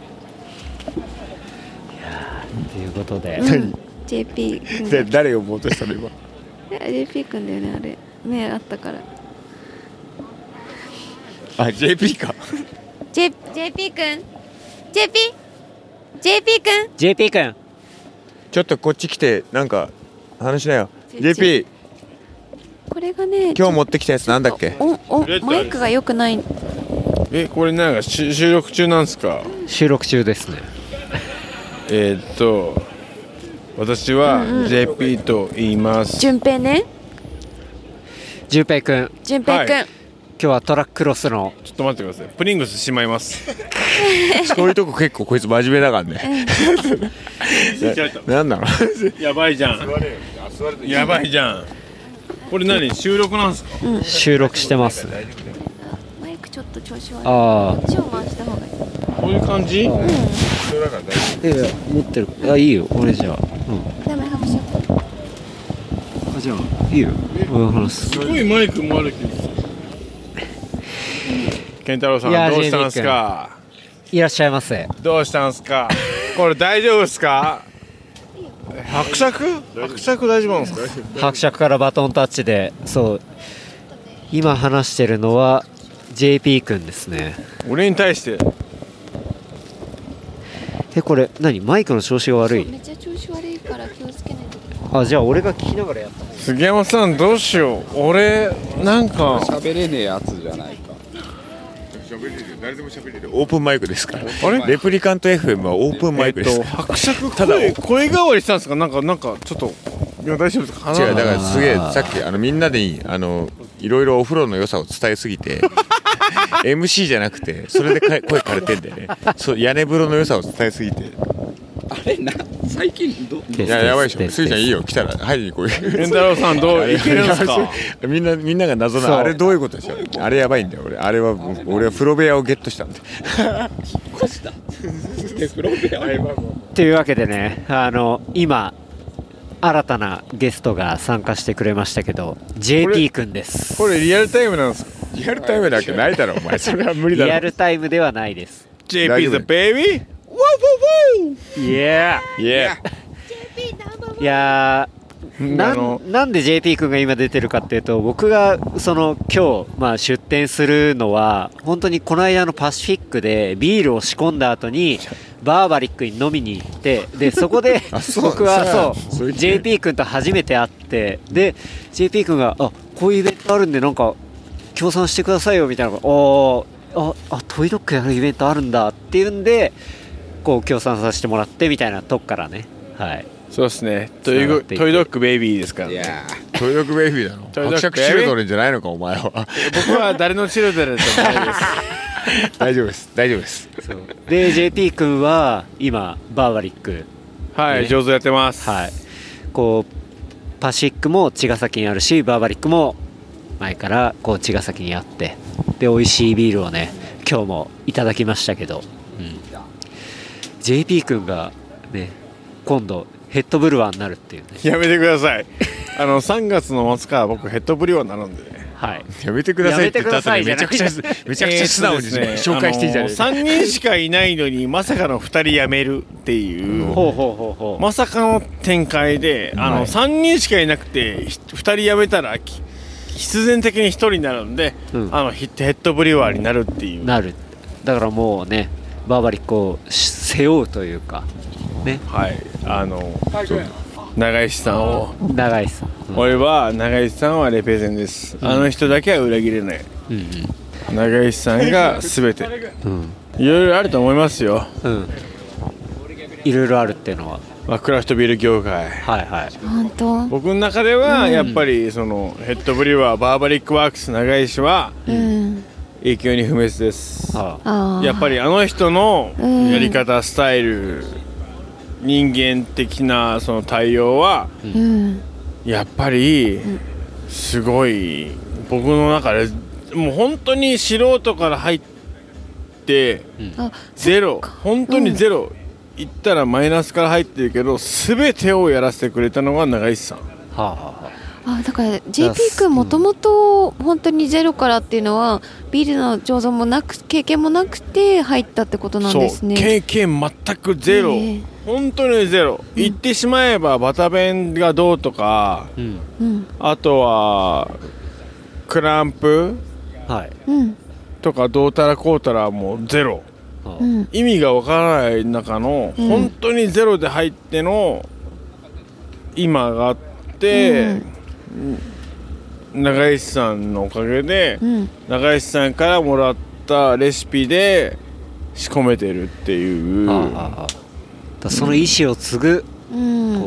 やということで、 うん、ジェーピー 君で誰を呼ぼうとしたの今ジェーピー 君だよね、あれねあったから、 あ ジェーピー かジェ ジェーピー 君 ジェーピー ジェーピー 君ジェーピー 君ちょっとこっち来てなんか話しなよ ジェーピー。 これがね今日持ってきたやつなんだっけ、 おおマイクが良くない。 えこれなんか収録中なんですか。 収録中ですね。 えー、っと私は ジェーピー と言います。 順平ね。 順平くん。 順平くん、はい、 今日はトラックロスのちょっと待ってください、プリングスしまいますそういうとこ結構こいつ真面目だからねなんなのやばいじゃんやばいじゃん。これ何収録なんですか、 うん、収録してます。 マイクちょっと調子悪い。 あこっちを回した方がいい。 こういう感じ、うん、 いや持ってる。あいいよ俺じゃあ、うん、 ダメ話しよう。あじゃあいいよ俺話す。 すごいマイクもあるけど健太郎さんどうしたんすか。 いらっしゃいませ。 どうしたんすかこれ大丈夫ですか。伯爵伯爵大丈夫なんですか。 伯爵からバトンタッチで、そう今話してるのは ジェーピー 君ですね。 俺に対してえこれ何マイクの調子が悪い。 めっちゃ調子悪いから気をつけないと。 あじゃあ俺が聞きながらやった方がいい。 杉山さんどうしよう。俺なんか喋れねえやつじゃないか。 喋れるよ。誰でも喋れる。オープンマイクですから。 あれレプリカント エフエム はオープンマイクです。 えっと、伯爵声声変わりしたんですか。なんかなんかちょっといや大丈夫ですか。 違う、だからすげえさっきあのみんなであのいろいろお風呂の良さを伝えすぎてエムシー じゃなくてそれで声枯れてんだよね。そう屋根風呂の良さを伝えすぎて。 あれな最近どいややばいでしょ。スイちゃんいいよ来たら入りに来い。 健太郎さんどういけるんですか。 みんなみんなが謎のあれどういうことでしょ。あれやばいんだよ俺。あれは俺は風呂部屋をゲットしたんで。 引っ越したで風呂部屋というわけでね、あの今新たなゲストが参加してくれましたけど ジェーピー 君です。 これリアルタイムなんですか。 リアルタイムだけないだろお前。それは無理だろ。 リアルタイムではないです。 ジェーピー the baby。 いやいやいやなあのんなんで ジェーピー 君が今出てるかっていうと、僕がその今日、まあ、出店するのは本当にこの間のパシフィックでビールを仕込んだ後にバーバリックに飲みに行って、でそこで僕はそう ジェーピー 君と初めて会って、で ジェーピー 君があこういうイベントあるんでなんか協賛してくださいよみたいな、あああトイドッグやるイベントあるんだっていうんでこう協賛させてもらってみたいなとこからね。はい、 そうですね。トイドッグベイビーですからね。 いやトイドッグベイビーなの。伯爵チルドレンじゃないのかお前は。 僕は誰のチルドレンじゃないです。 大丈夫です大丈夫です。 で ジェーピー 君は今バーバリックはい、 ね、 上手やってます。 はい、こうパシフィックも茅ヶ崎にあるしバーバリックも前からこう茅ヶ崎にあって、で美味しいビールをね今日もいただきましたけど、うん、ジェーピー 君がね今度ヘッドブルワーになるっていうね。 やめてください。あのさんがつの末から僕ヘッドブリュワーになるんでね。 はい、 やめてくださいって言った後にめちゃくちゃめちゃくちゃ素直に紹介していいじゃないですか。 さんにんしかいないのにまさかのふたり辞めるっていうほうほうほうほうまさかの展開で、あの、はい、さんにんしかいなくてふたり辞めたら必然的にひとりになるんで、うん、あのヘッドブリュワーになるっていうなる。だからもうねバーバリックを背負うというかね。 はい、あの長石さんを長石さん、 うん、俺は長石さんはレペゼンです、うん、あの人だけは裏切れない、うんうん、長石さんが全て、うん、いろいろあると思いますよ、うん、 いろいろあるっていうのは、 まあ、クラフトビール業界、 はいはい、 本当僕の中ではやっぱりその、うん、ヘッドブリュワーバーバリックワークス長石は、うん、永久に不滅です、ああやっぱりあの人のやり方、うん、スタイル人間的なその対応は、うん、やっぱりすごい僕の中でもう本当に素人から入って、うん、ゼロ本当にゼロ、うん、言ったらマイナスから入ってるけど全てをやらせてくれたのが長石さん、はあはあ、あだから ジェーピー 君もともと本当にゼロからっていうのはビールの醸造もなく経験もなくて入ったってことなんですね。 そう経験全くゼロ、本当にゼロ、うん、言ってしまえばバタ弁がどうとか、うん、あとはクランプ、はい、とかどうたらこうたらもうゼロ、うん、意味がわからない中の、うん、本当にゼロで入っての今があって、うん、長石さんのおかげで、うん、長石さんからもらったレシピで仕込めてるっていう、あああその意思を継ぐ、 うん、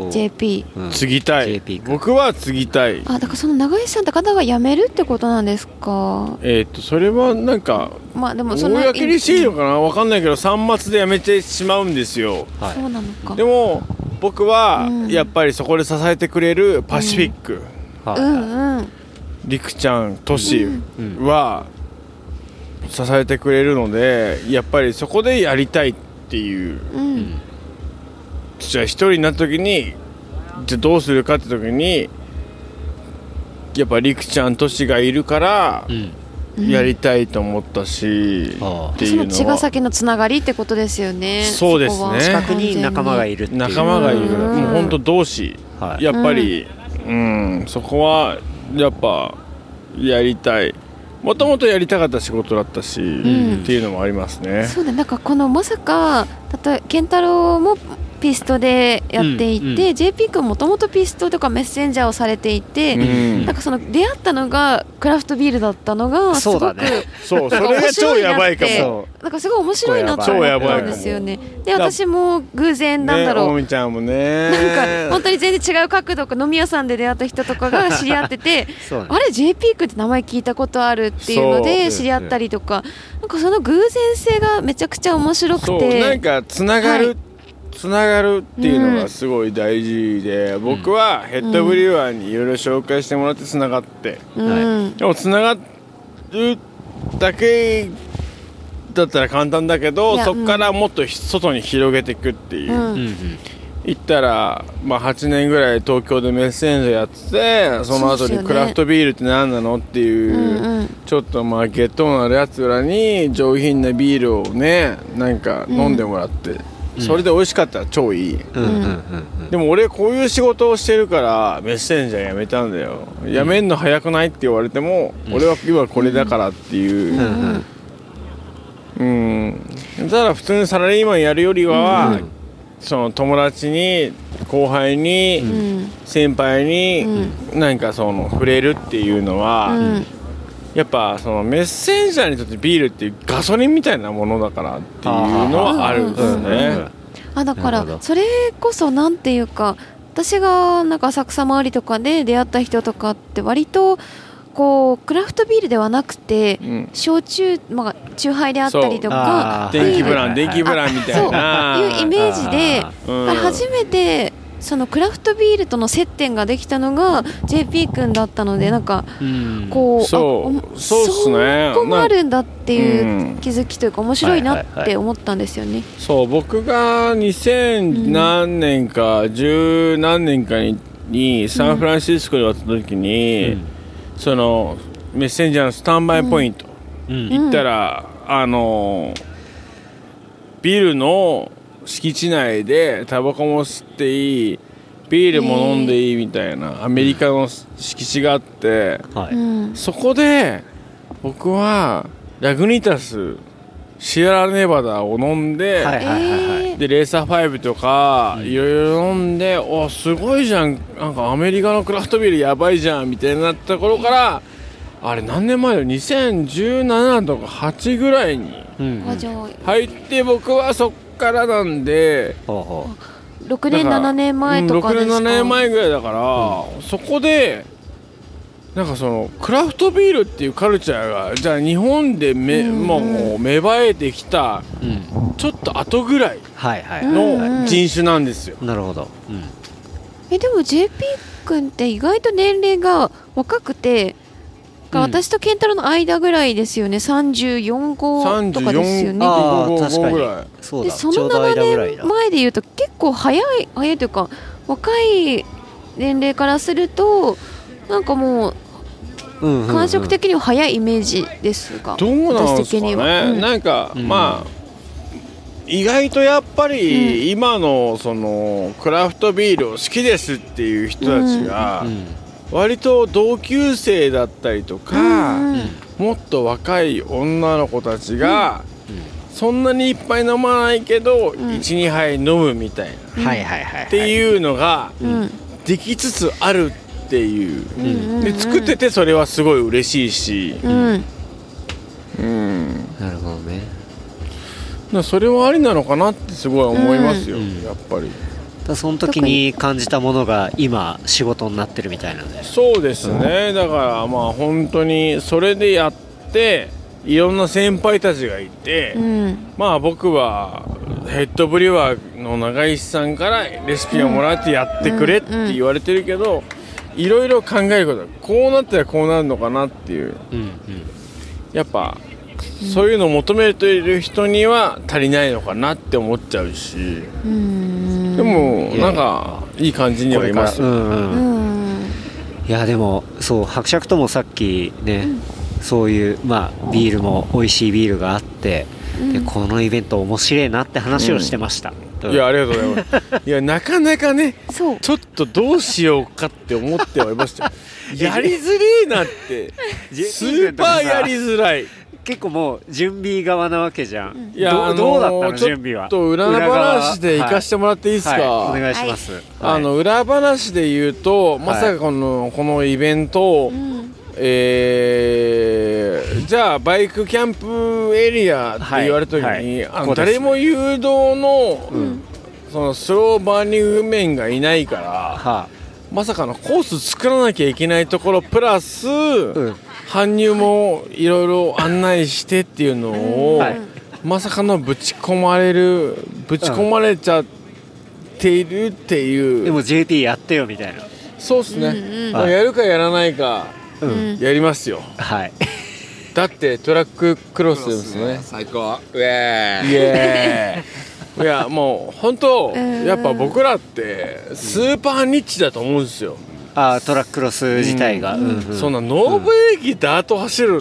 ジェーピー、 うん、継ぎたい、僕は継ぎたい。 あだからその長石さんって方が辞めるってことなんですか。 えー、っとそれはなんかまあでもその公にしていいのかな分かんないけどさん末で辞めてしまうんですよ、 はい、そうなのか。 でも僕はやっぱりそこで支えてくれるパシフィック、うんはいうんうん、りくちゃんトシは支えてくれるのでやっぱりそこでやりたいっていう、うんじゃあ一人になった時にじゃあどうするかって時にやっぱりくちゃんとしがいるからやりたいと思ったし、うん、っていうのはその茅ヶ崎のつながりってことですよね。 そうですね。 近くに仲間がいるっていう仲間がいる、うん、もう本当同志、はい、やっぱり、うん、うん、そこはやっぱやりたい。もともとやりたかった仕事だったし、うん、っていうのもありますね。 そうだなんかこのまさか例え健太郎もピストでやっていて、うんうん、ジェイピー 君もともとピストとかメッセンジャーをされていて、うん、なんかその出会ったのがクラフトビールだったのがすごく、ね、 そうそれが超やばいかも。 なんかすごい面白いなと思ったんですよね。で私も偶然なんだろう、 ね、おみちゃんもねなんか本当に全然違う角度か飲み屋さんで出会った人とかが知り合ってて、ね、あれ ジェイピー 君って名前聞いたことあるっていうので知り合ったりとか、なんかその偶然性がめちゃくちゃ面白くて、 そうなんかつながる、はい、つながるっていうのがすごい大事で、うん、僕はヘッドブリュワーにいろいろ紹介してもらってつながって、うん、でもつながるだけだったら簡単だけど、そこからもっと外に広げていくっていう、うん、言ったら、まあ、はちねんぐらい東京でメッセンジャーやってて、その後にクラフトビールって何なのっていう、うんうん、ちょっとまあゲットなるやつらに上品なビールをねなんか飲んでもらって、うん、それで美味しかったら超いい、うんうんうんうん、でも俺こういう仕事をしてるからメッセンジャーやめたんだよ、うん、やめんの早くないって言われても、うん、俺は今これだからっていう、うんうんうん、だから普通にサラリーマンやるよりは、うん、その友達に後輩に、うん、先輩に、うん、なんかその触れるっていうのは、うん、やっぱそのメッセンジャーにとってビールっていうガソリンみたいなものだからっていうのはあるんですね。 あ、だからそれこそなんていうか、私がなんか浅草周りとかで出会った人とかって割とこうクラフトビールではなくて、うん、焼酎、まあ、酎ハイであったりとか、 電気ブラン電気ブランみたいなそういうイメージで、うん、初めてそのクラフトビールとの接点ができたのが ジェイピー 君だったので、なんかこう、うん、 そうそうっすね、 そこもあるんだっていう気づきというか面白いなって思ったんですよね。 そう僕がにせん何年か十何年かに、にサンフランシスコに渡った時に、うん、そのメッセンジャーのスタンバイポイント、うん、行ったら、あのビルの敷地内でタバコも吸っていい、ビールも飲んでいいみたいなアメリカの敷地があって、はい、そこで僕はラグニタスシエラネバダを飲んで、はいはいはいはい、でレーサーファイブとかいろいろ飲んで、おすごいじゃん、なんかアメリカのクラフトビールやばいじゃんみたいになったところから、あれ何年前だよ、にせんじゅうななとかはちぐらいに入って、僕はそっからなんで、うん、 ろくねんななねんまえとかですか。 ろくねんななねんまえぐらいだから、うん、そこでなんかそのクラフトビールっていうカルチャーがじゃあ日本でめ、うんうん、もう芽生えてきた、うん、ちょっと後ぐらいの人種なんですよ。 なるほど、うん、 えでも ジェイピー 君って意外と年齢が若くて、うん、私と健太郎の間ぐらいですよね。さんじゅうよん号とかですよね。 ああ確かにそうだ。でそのななねんまえでいうと結構早い早いというか若い年齢からするとなんかもう感触的には早いイメージですが、 どうなんですかね、うん、なんか、うん、まあ意外とやっぱり今のそのクラフトビールを好きですっていう人たちが割と同級生だったりとか、うん、もっと若い女の子たちがそんなにいっぱい飲まないけど いちに 杯飲むみたいなっていうのができつつあるっていう、うん、で作っててそれはすごい嬉しいし、うんうん、なるほどね。 だそれはありなのかなってすごい思いますよ、うん、やっぱり。 だその時に感じたものが今仕事になってるみたいなんで。 そうですね、だからまあ本当にそれでやっていろんな先輩たちがいて、うん、まあ僕はヘッドブリュワーの永石さんからレシピをもらってやってくれって言われてるけど、いろいろ考えることこうなったらこうなるのかなっていう、うんうん、やっぱ、うん、そういうのを求めている人には足りないのかなって思っちゃうし、うん、でもなんかいい感じにはいますよ、うんうん、 いやでもそう伯爵ともさっきね、うん、そういうまあビールも美味しいビールがあって、うん、でこのイベント面白いなって話をしてました、うんいやありがとうございますいやなかなかねちょっとどうしようかって思ってはいましたやりづれえなってスーパーやりづらい結構もう準備側なわけじゃん。 いやどう、 あのーどうだったの準備は。 ちょっと裏話で行かしてもらっていいですか、 はいはい、お願いします、はい、 あの裏話で言うと、まさかこの、このイベント、うん、えー、じゃあバイクキャンプエリアって言われた時に、はいはい、あの誰も誘導の、うん、そのスローバーニング面がいないから、はあ、まさかのコース作らなきゃいけないところプラス、うん、搬入もいろいろ案内してっていうのを、はい、まさかのぶち込まれるぶち込まれちゃっているっていう、 うん、でも ジェーピー やってよみたいな。 そうっすね、うんうん、やるかやらないか、うん、やりますよ、はい、だってトラッククロスですね。 最高。ウェーイ。 イエーイ。いやもう本当やっぱ僕らってスーパーニッチだと思うんですよ。 あトラッククロス自体が、うんうん、 そんなノーブレーキダート走るって、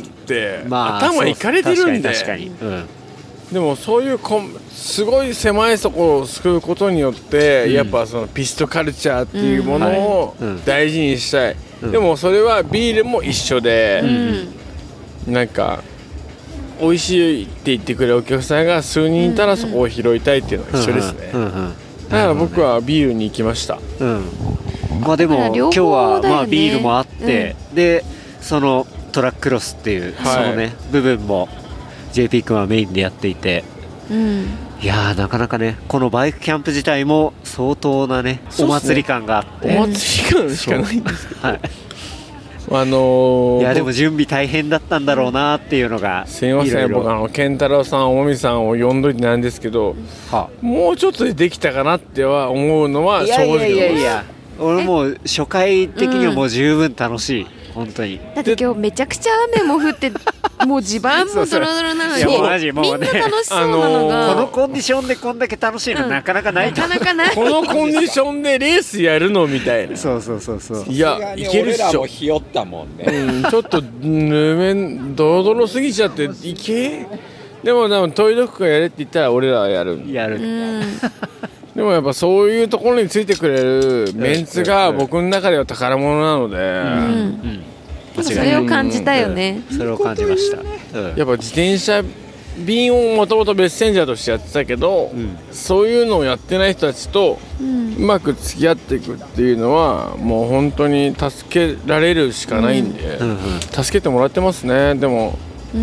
うん、まあ、頭いかれてるんで。確かに確かに、うん、でもそういうこすごい狭いところを救うことによって、うん、やっぱそのピストカルチャーっていうものを大事にしたい、うん、でもそれはビールも一緒で、うん、なんか美味しいって言ってくれるお客さんが数人いたらそこを拾いたいっていうのは一緒ですね、うんうんうんうん、だから僕はビールに行きました、うん、 まあでも今日はまあビールもあって、うん、でそのトラッククロスっていうそのね部分も ジェーピー 君はメインでやっていて、うん、いやーなかなかねこのバイクキャンプ自体も相当なねお祭り感があって、 お祭り感しかないんですけど、はいあのー、いやでも準備大変だったんだろうなっていうのがすいません僕あの健太郎さんおみさんを呼んどいてなんですけど、はあ、もうちょっとでできたかなっては思うのは正直思います。いやいやいやいや俺もう初回的にはもう十分楽しい、うん、本当にだって今日めちゃくちゃ雨も降ってもう地盤もドロドロなのにそうそうマジもう、ね、みんな楽しそうなのが、 あのー、このコンディションでこんだけ楽しいの、うん、なかなかないなかなかないこのコンディションでレースやるのみたいなそうそうそうそういやいけるっしょ。 俺らもひよったもんね、 うん、ちょっとぬめんドロドロすぎちゃっていけでもでもトイドッグがやれって言ったら俺らはやるやる、うんでもやっぱそういうところについてくれるメンツが僕の中では宝物なので、うんうん、それを感じたよね、 うん、それを感じました、 うん、やっぱ自転車便をもともとメッセンジャーとしてやってたけど、うん、そういうのをやってない人たちとうまく付き合っていくっていうのはもう本当に助けられるしかないんで、うんうんうん、助けてもらってますね。でもうん、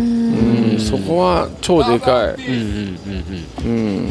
そこは超でかい、うんうんうんうん、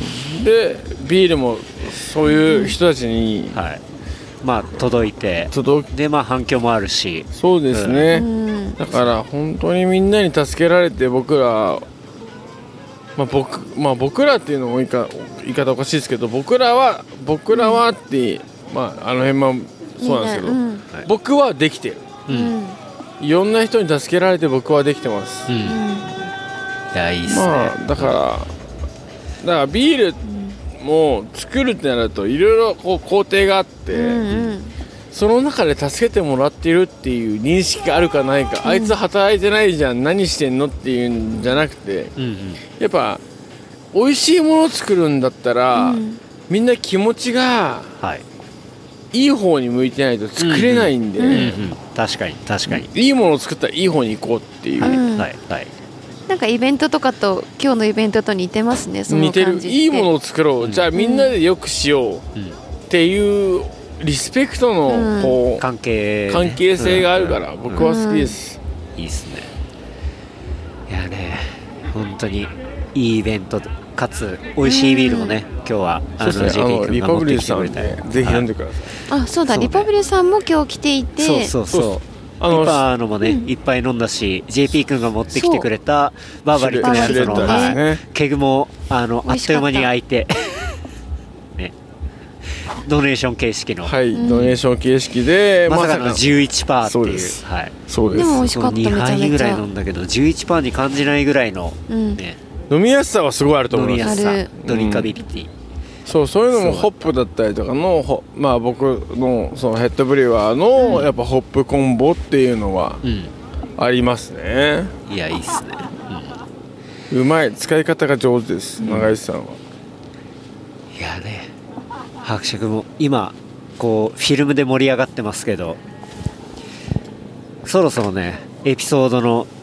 でビールもそういう人たちに、 うんはいまあ、届いて届で、まあ、反響もあるしそうですね、うん、だから本当にみんなに助けられて僕ら、まあ 僕, まあ、僕らっていうのも言いか言い方おかしいですけど僕らは僕らはって、うんまあ、あの辺もそうなんですけど、うん、僕はできてる、うんいろんな人に助けられて僕はできてます、うん、いやいいっすね、 まあ、だからだからビールも作るってなるといろいろこう工程があって、うんうん、その中で助けてもらっているっていう認識があるかないか、うん、あいつ働いてないじゃん何してんのっていうんじゃなくて、うんうん、やっぱ美味しいものを作るんだったら、うん、みんな気持ちが、はいいい方に向いてないと作れないんで、うんうんうん、 確かに確かにいいものを作ったらいい方に行こうっていう、うんはいはい、 なんかイベントとかと今日のイベントと似てますね。その感じって似てるいいものを作ろう、うん、じゃあみんなでよくしようっていうリスペクトのこう、 うん、関係関係性があるから僕は好きです、 うん、いいですね。いやね本当にいいイベントかつ美味しいビールもね、うん、今日はあの ジェーピー 君が持ってきてくれてぜひ飲んでください。 あそうだリパブリさんも今日来ていてそうそうそうあのリパーのもね、うん、いっぱい飲んだし ジェーピー 君が持ってきてくれたバーバリックのやつの、はい、ケグもあのあっという間に開いてねドネーション形式のはい、うん、ドネーション形式でまさかの じゅういちパーセント っていうそうです、 はい、 そうですでも美味しかっためちゃめちゃにはいぐらい飲んだけど じゅういちパーセント に感じないぐらいの、うんね飲みやすさはすごいあると思います。 飲みやすさドリンカビリティ、うん、 そうそういうのもホップだったりとかのまあ僕のそのヘッドブリュワーのやっぱホップコンボっていうのはありますね、 うん、いやいいっすね、 うん、うまい使い方が上手です、うん、長石さんは。 いやね伯爵も今こうフィルムで盛り上がってますけどそろそろねエピソードの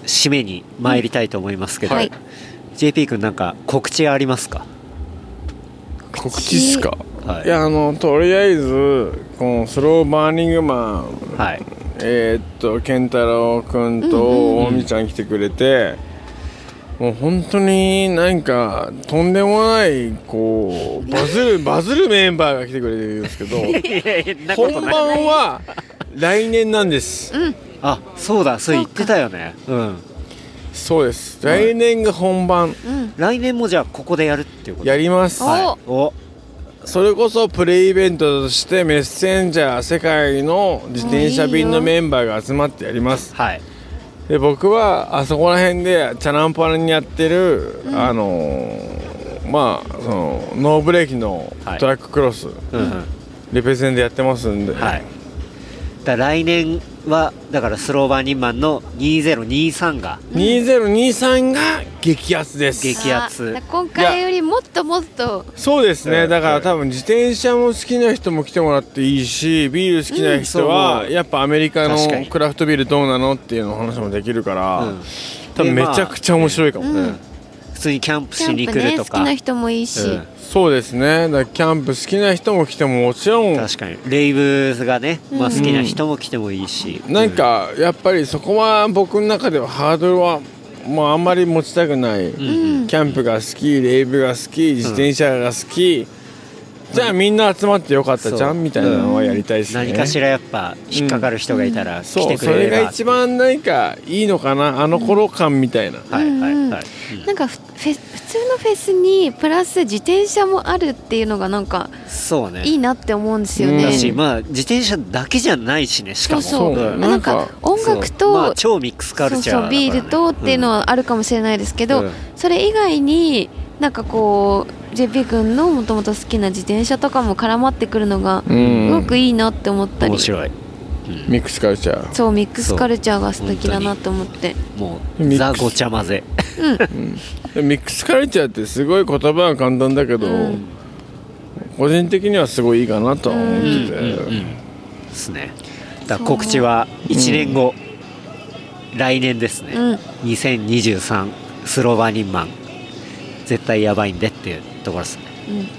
締めに参りたいと思いますけど、はい、ジェーピー 君なんか告知ありますか？ 告知っすか、はい、いやあのとりあえずこのスローバーニングマン、はい、えー、っと健太郎君と大見ちゃん来てくれて、うんうんうん、もう本当になんかとんでもないこうバズるバズるメンバーが来てくれてるんですけど本番は来年なんです、 うん、 あ、そうだ、そう言ってたよね。うん、 そうです。来年が本番、うん、 来年もじゃあここでやるっていうこと？ やります、はい、おそれこそプレイベントとしてメッセンジャー世界の自転車便のメンバーが集まってやります。はい、で僕はあそこら辺でチャランパラにやってる、うん、あのー、まあそのノーブレーキのトラッククロス、はい、うん、レペゼンでやってますんで、はい、 だ来年はだからスローバーニンマンのにせんにじゅうさんが、 うん、にせんにじゅうさんが激アツです。 激アツ。 今回よりもっともっと。 そうですね。だから多分自転車も好きな人も来てもらっていいし、ビール好きな人はやっぱアメリカのクラフトビールどうなのっていうの話もできるから、うん、多分めちゃくちゃ面白いかもね、うん、 普通にキャンプしに来るとか、ね、好きな人もいいし、うん、 そうですね。だからキャンプ好きな人も来てももちろん、 確かにレイブがね、まあ、好きな人も来てもいいし、 うん、なんかやっぱりそこは僕の中ではハードルはもうあんまり持ちたくない、うん、キャンプが好き、レイブが好き、自転車が好き、うん、じゃあみんな集まってよかったじゃんみたいなのはやりたいですね、 うん、何かしらやっぱ引っかかる人がいたら来てくれれば、うん、そう、それが一番何かいいのかな、あの頃感みたいな、 うん、はいはいはい、うん、なんかフェ普通のフェスにプラス自転車もあるっていうのがなんかそうね、 いいなって思うんですよね。 だし、まあ、自転車だけじゃないしね、しかもそうそう、うん、なんか音楽と、 まあ、超ミックスカルチャーだからね、 そうそうビールとっていうのはあるかもしれないですけど、うん、それ以外になんかこう ジェーピー 君のもともと好きな自転車とかも絡まってくるのがすごくいいなって思ったり、 面白い、 うん、ミックスカルチャー、 そうミックスカルチャーが素敵だなと思って、 もうザごちゃ混ぜ、 うん、ミックスカルチャーってすごい言葉は簡単だけど、うん、個人的にはすごいいいかなとは思ってて、うんうんうん、 ですね。だから告知はいちねんご、うん、来年ですね、うん、にせんにじゅうさんスローバーニンマン絶対やばいんでっていうところですね、うんうん、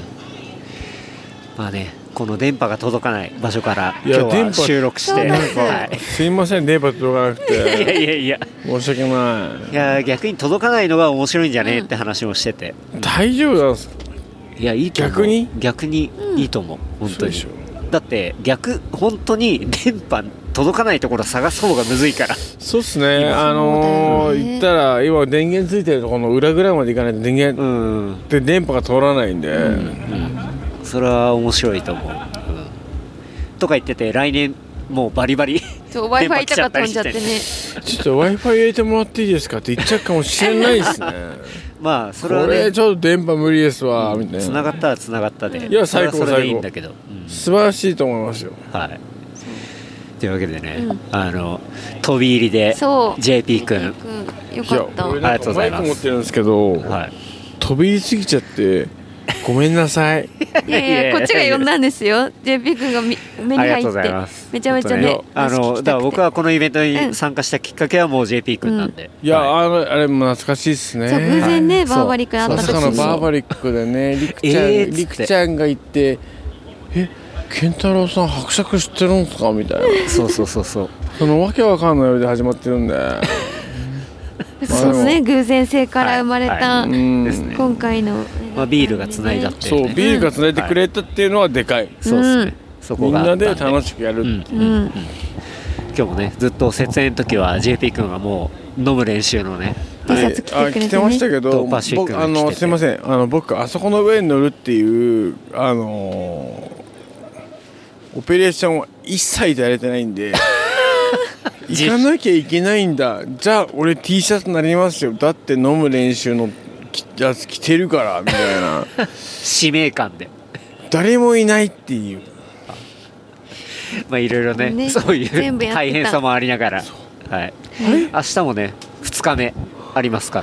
まあね、この電波が届かない場所から今日は収録して、 はい、すいません電波届かなくていやいやいや申し訳ない。 いや逆に届かないのが面白いんじゃねえって話もしてて、 うん、大丈夫なんですか？ いやいいと思う、逆に逆にいいと思う、うん、本当に。だって逆本当に電波届かないところ探す方がむずいから。 そうっすね、あのー、言ったら今電源ついてるところの裏ぐらいまで行かないと電源、うん、で電波が通らないんで、うんうん、 それは面白いと思う、うん、とか言ってて来年もうバリバリ Wi-Fi とか飛んじゃってねちょっと Wi-Fi 入れてもらっていいですかって言っちゃうかもしれないですねまあそれはね、 これちょっと電波無理ですわ、うん、みたいな。 繋がったら繋がったで、 いや最高それはそれでいいんだけど、うん、 素晴らしいと思いますよ。 はい。というわけでね、うん、あの飛び入りで ジェーピー 君、 よかった。 ありがとうございます。マイク持ってるんですけど、はい、飛び入りすぎちゃってごめんなさい。 いやいやこっちが呼んだんですよ。ジェーピー 君が目に入ってめちゃめちゃね。 あのだから僕はこのイベントに参加したきっかけはもう ジェーピー 君なんで。 うん、いや、はい、あのあれも懐かしいですね。 そう偶然ね、はい、バーバリックにあった時に。 まさかのバーバリックでね、りくちゃん、えー、りくちゃんが言って、え、健太郎さん伯爵知ってるんですかみたいな。 そうそうそうそう。 そのわけわかんないようで始まってるんで。 そうですね、偶然性から生まれた、はいはい、今回の、 まあ、ビールがつないだっていう、 ね、そうビールがつないでくれたっていうのはでかい、うん、 そうですね、そこがみんなで楽しくやるっていう、うんうんうん、 今日もねずっと設営の時は ジェーピー 君がもう飲む練習のね、 はい、あ来てましたけど僕あのすいませんあの僕あそこの上に乗るっていうあのー、オペレーションは一切やれてないんで行かなきゃいけないんだ、じゃあ俺 T シャツになりますよ、だって飲む練習のやつ着てるからみたいな使命感で誰もいないっていうまあいろいろ ね, ねそういう大変さもありながら、はい、明日もねふつかめありますから、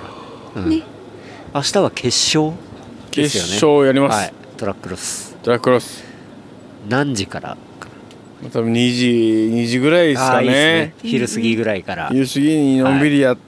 うんね、明日は決勝ですよね。 決勝やります、はい、 トラックロストラックロス何時から多分にじにじぐらいですかね。 いいですね、昼過ぎぐらいから、 昼過ぎにのんびりやって、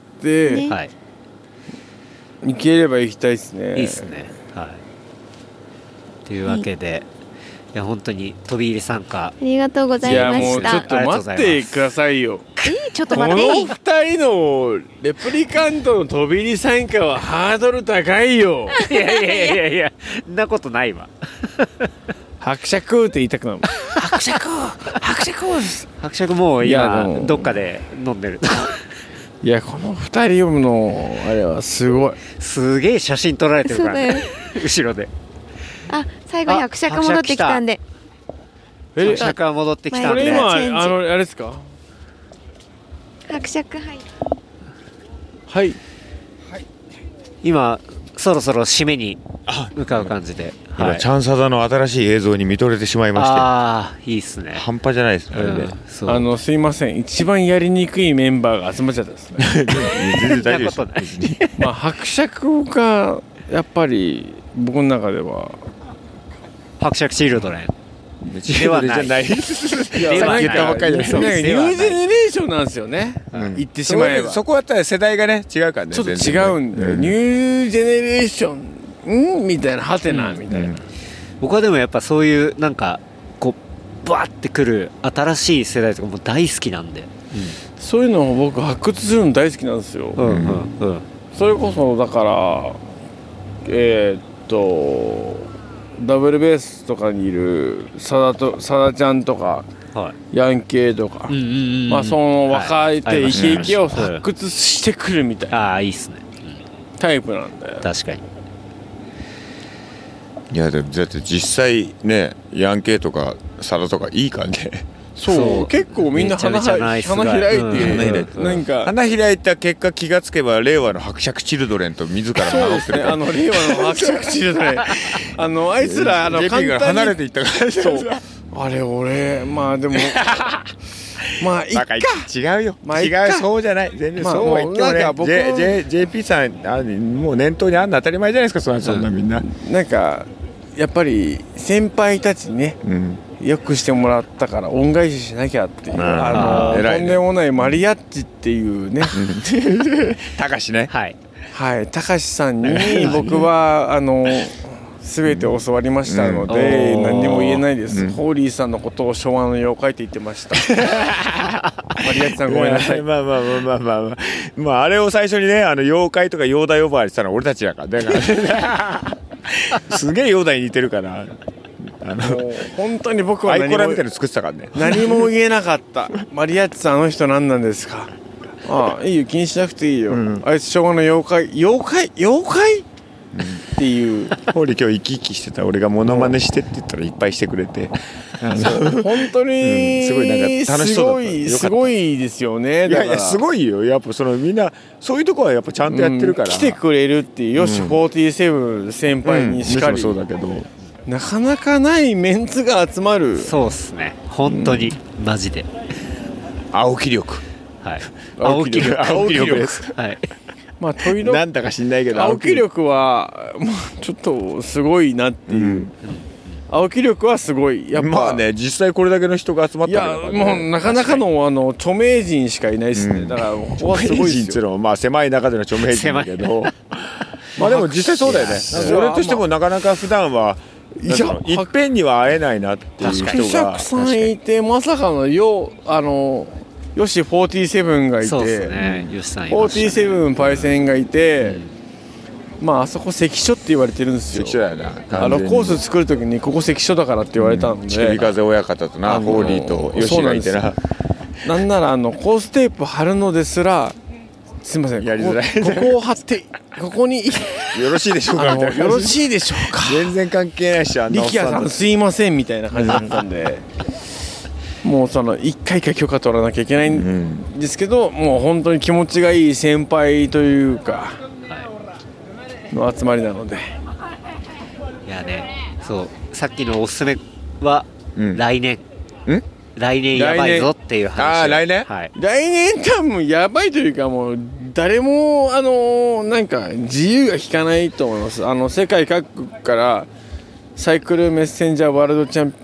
はいはい、 行ければ行きたいですね。 いいですね、はい、というわけで、いや本当に飛び入り参加ありがとうございました。 いやもうちょっと待ってくださいよ。 えちょっと待って、 このふたりのレプリカントの飛び入り参加はハードル高いよ。 いやいやいやいや、そんなことないわ。 伯爵って言いたくなる。伯爵伯爵伯爵もう今どっかで飲んでる。 いやこのふたりのあれはすごい、 すげえ写真撮られてるからね後ろで。 あ、最後に伯爵戻ってきたんで、 え伯爵は戻ってきたんで、 これ今あのあれですか。 伯爵はいはい、 今そろそろ締めに向かう感じで、 今、 はい、 チャンサダの新しい映像に見とれてしまいまして、 ああいいっすね、 半端じゃないですね、 うん、 あれでそうあのすいません、一番やりにくいメンバーが集まっちゃったですね。 全然大丈夫です別に。 まあ伯爵がやっぱり僕の中では伯爵チルドレンではない。 いやさっき言ったばっかりじゃないですか。 ニュージェネレーションなんですよね、 うん、 言ってしまえば。 そこはやったら世代がね違うからね、 ちょっと違うんで、うん、ニュージェネレーションんみたいな、ハテナみたいな、うん、 僕はでもやっぱそういうなんかこうバーってくる新しい世代とかも大好きなんで、うん、 そういうのを僕発掘するの大好きなんですよ、うんうんうん、それこそだからえー、っとダブルベースとかにいるサダとサダちゃんとか、はい、ヤンケーとか、うんうんうん、まあその若いてイケイケを発掘してくるみたいな、 ああいいっすね、 うん、タイプなんだよ。 確かに。 いやだって実際ねヤンケーとかサダとかいいからね。 そうそう結構みんな花開いて、うん、なんか花開いた結果気がつけば令和の伯爵チルドレンと自ら名乗ってる、 ね、あの令和の伯爵チルドレンあのあいつらあの簡単に離れていったからそうあれ俺まあでもまあいっか違うよ、まあ、違うそうじゃない全然そうは言ってもね、まあ、J Jジェーピー さんあもう念頭にあんの当たり前じゃないですか。そんな、そんなみんななんかやっぱり先輩たちにね、うんよくしてもらったから恩返ししなきゃっていう、あのとんでもないマリアッチっていうねたかしねはいはいたかしさんに僕はあの全て教わりましたので、うん、何にも言えないです、うん、ホーリーさんのことを昭和の妖怪って言ってましたマリアッチさんごめんなさい。 まあまあまあまあまあまあ、まあ、あれを最初にねあの妖怪とか妖怪呼ばわりしたのは俺たちやからだからすげえ妖怪に似てるからあの本当に僕はアイコラみたいなの作ってたからね。 何も言えなかったマリアッチさんあの人何なんですか。ああいいよ気にしなくていいよ、うん、あいつ昭和の妖怪妖怪妖怪、うん、っていうホーリー今日生き生きしてた俺がモノマネしてって言ったらいっぱいしてくれて本当に、うん、すごいなんか楽しそうだった。すごいですよね。だからいやいやすごいよやっぱそのみんなそういうとこはやっぱちゃんとやってるから、うん、 来てくれるっていうよし、うん、フォーティーセブン先輩にしかり、 うん、そうだけどなかなかないメンツが集まる。 そうっすね本当に、うん、マジで青木力はい青木力青木力ですはいまあトイロなんだか知んないけど青木力はまあちょっとすごいなっていう、うん、青木力はすごいやっぱまあね実際これだけの人が集まったから、ね、いやもうなかなかのあの著名人しかいないですね、うん、だからここはすごいですよ。著名人っていうのはまあ狭い中での著名人だけどまあでも実際そうだよね。俺としてもなかなか普段はいやいっぺんには会えないなっていう人が伯爵さんいてまさかのよあのよしフォーティーセブンがいてそうですねよしさんいましたね。 フォーティーセブンパイセンがいて、うん、まああそこ関所って言われてるんですよ。 関所だよな。 あのコース作るときにここ関所だからって言われたんで、 ちくり風親方となホーリーとよしがいてな。 なんならあのコーステープ貼るのですらすみませんやりづらいここ、ここを貼ってここによろしいでしょうかよろしいでしょうか全然関係ないしあんな力也さんすいませんみたいな感じだったんでもうそのいっかいか許可取らなきゃいけないんですけど、うん、もう本当に気持ちがいい先輩というかの集まりなので、 いやねそうさっきのおすすめは来年、 うん、 来年やばいぞっていう話。 ああ来年、 はい、 来年多分やばいというかもう誰もあのなんか自由が利かないと思います。あの世界各国からサイクルメッセンジャーワールドチャン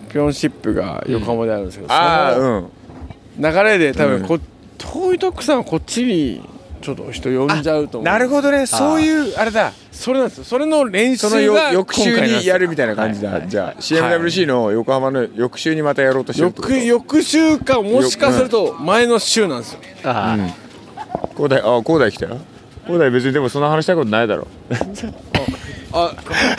ピョンシップが横浜であるんですけど、 うん、ああうん流れで多分こ、うん、トイドッグさんはこっちにちょっと人呼んじゃうと思う。 なるほどね、そういうあれだ、 それなんですよ。それの練習がその翌週にやるみたいな感じだ、はい、じゃあ シーエムダブリューシー の横浜の翌週にまたやろうとしてるってこと。 翌翌週かもしかすると前の週なんですよ。 ああ、うん、広大、ああ広大来たよ。広大別にでもそんな話したことないだろあ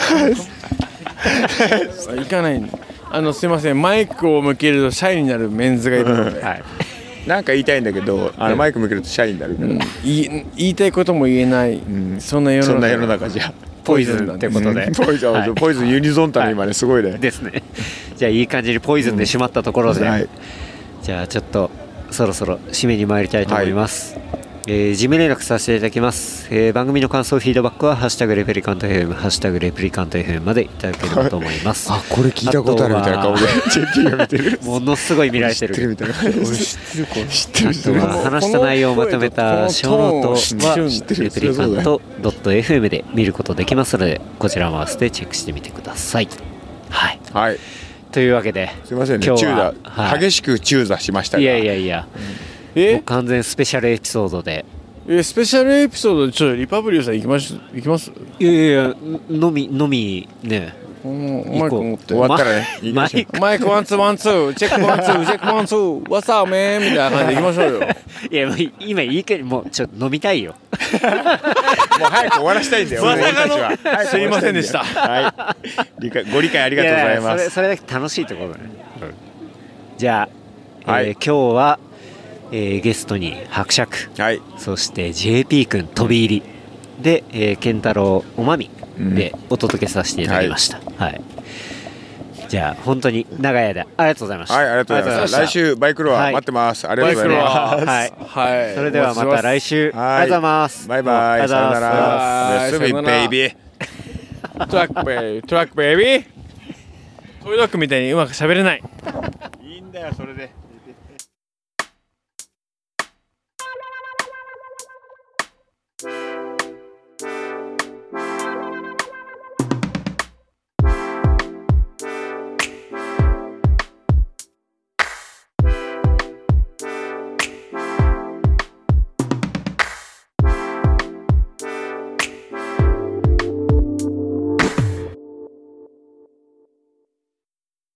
あ行かないんで、あのすいません、マイクを向けるとシャイになるメンズがいるので、うん、はい、 なんか言いたいんだけど、あのマイク向けるとシャイになるから、うん、 言い、言いたいことも言えない、うん、そんな世の中、 そんな世の中じゃポイズンってことで、 ポイズン、はい、ポイズンユニゾンタの今ね、すごいね、 ですね。じゃあいい感じにポイズンで締まったところで、うん、はい、じゃあちょっとそろそろ締めに参りたいと思います、はい。えー、事務連絡させていただきます、えー、番組の感想フィードバックはハッシュタグレプリカント エフエム ハッシュタグレプリカント エフエム までいただければと思います。 あ、これ聞いたことあるみたいな顔で ジェーピー が見てるものすごい見られてる。知ってるみたいな知ってる知ってる。あとは話した内容をまとめたショーノートはレプリカント エフエム で見ることできますので、こちらも合わせてチェックしてみてください。はい、 はい、 というわけで、 すいませんね、中座、はい、激しく中座しましたが、 いやいやいや、うん、えもう完全スペシャルエピソードで、 えスペシャルエピソードでちょっとリパブリューさん行きまし行きます。 いやいや飲み飲みね、 マイク持って終わったらね、 マイクマイクワンツーワンツーチェックワンツーチェックワンツーワッサーメンみたいな感じで行きましょうよ。 いやもう今いいけど、もうちょっと飲みたいよ。 もう早く終わらしたいんだよ。 まさかのすいませんでした。 はい、理解ご理解ありがとうございます。 いやいやそれそれだけ楽しいところだね、うん、じゃあ、はい、えー、今日はえー、ゲストに伯爵、はい、そして ジェーピー 君飛び入りで、えー、健太郎おまみでお届けさせていただきました、うん、はい、じゃあ本当に長い間ありがとうございました。 はい、ありがとうございました。来週バイクロア待ってます、はい、ありがとうございます。 はい、はい、それではまた来週、はい、ありがとうございます。 バイバイ、さよなら。 スミベイビートラックベイビートラックベイビートイドッグみたいにうまく喋れない。 いいんだよそれで。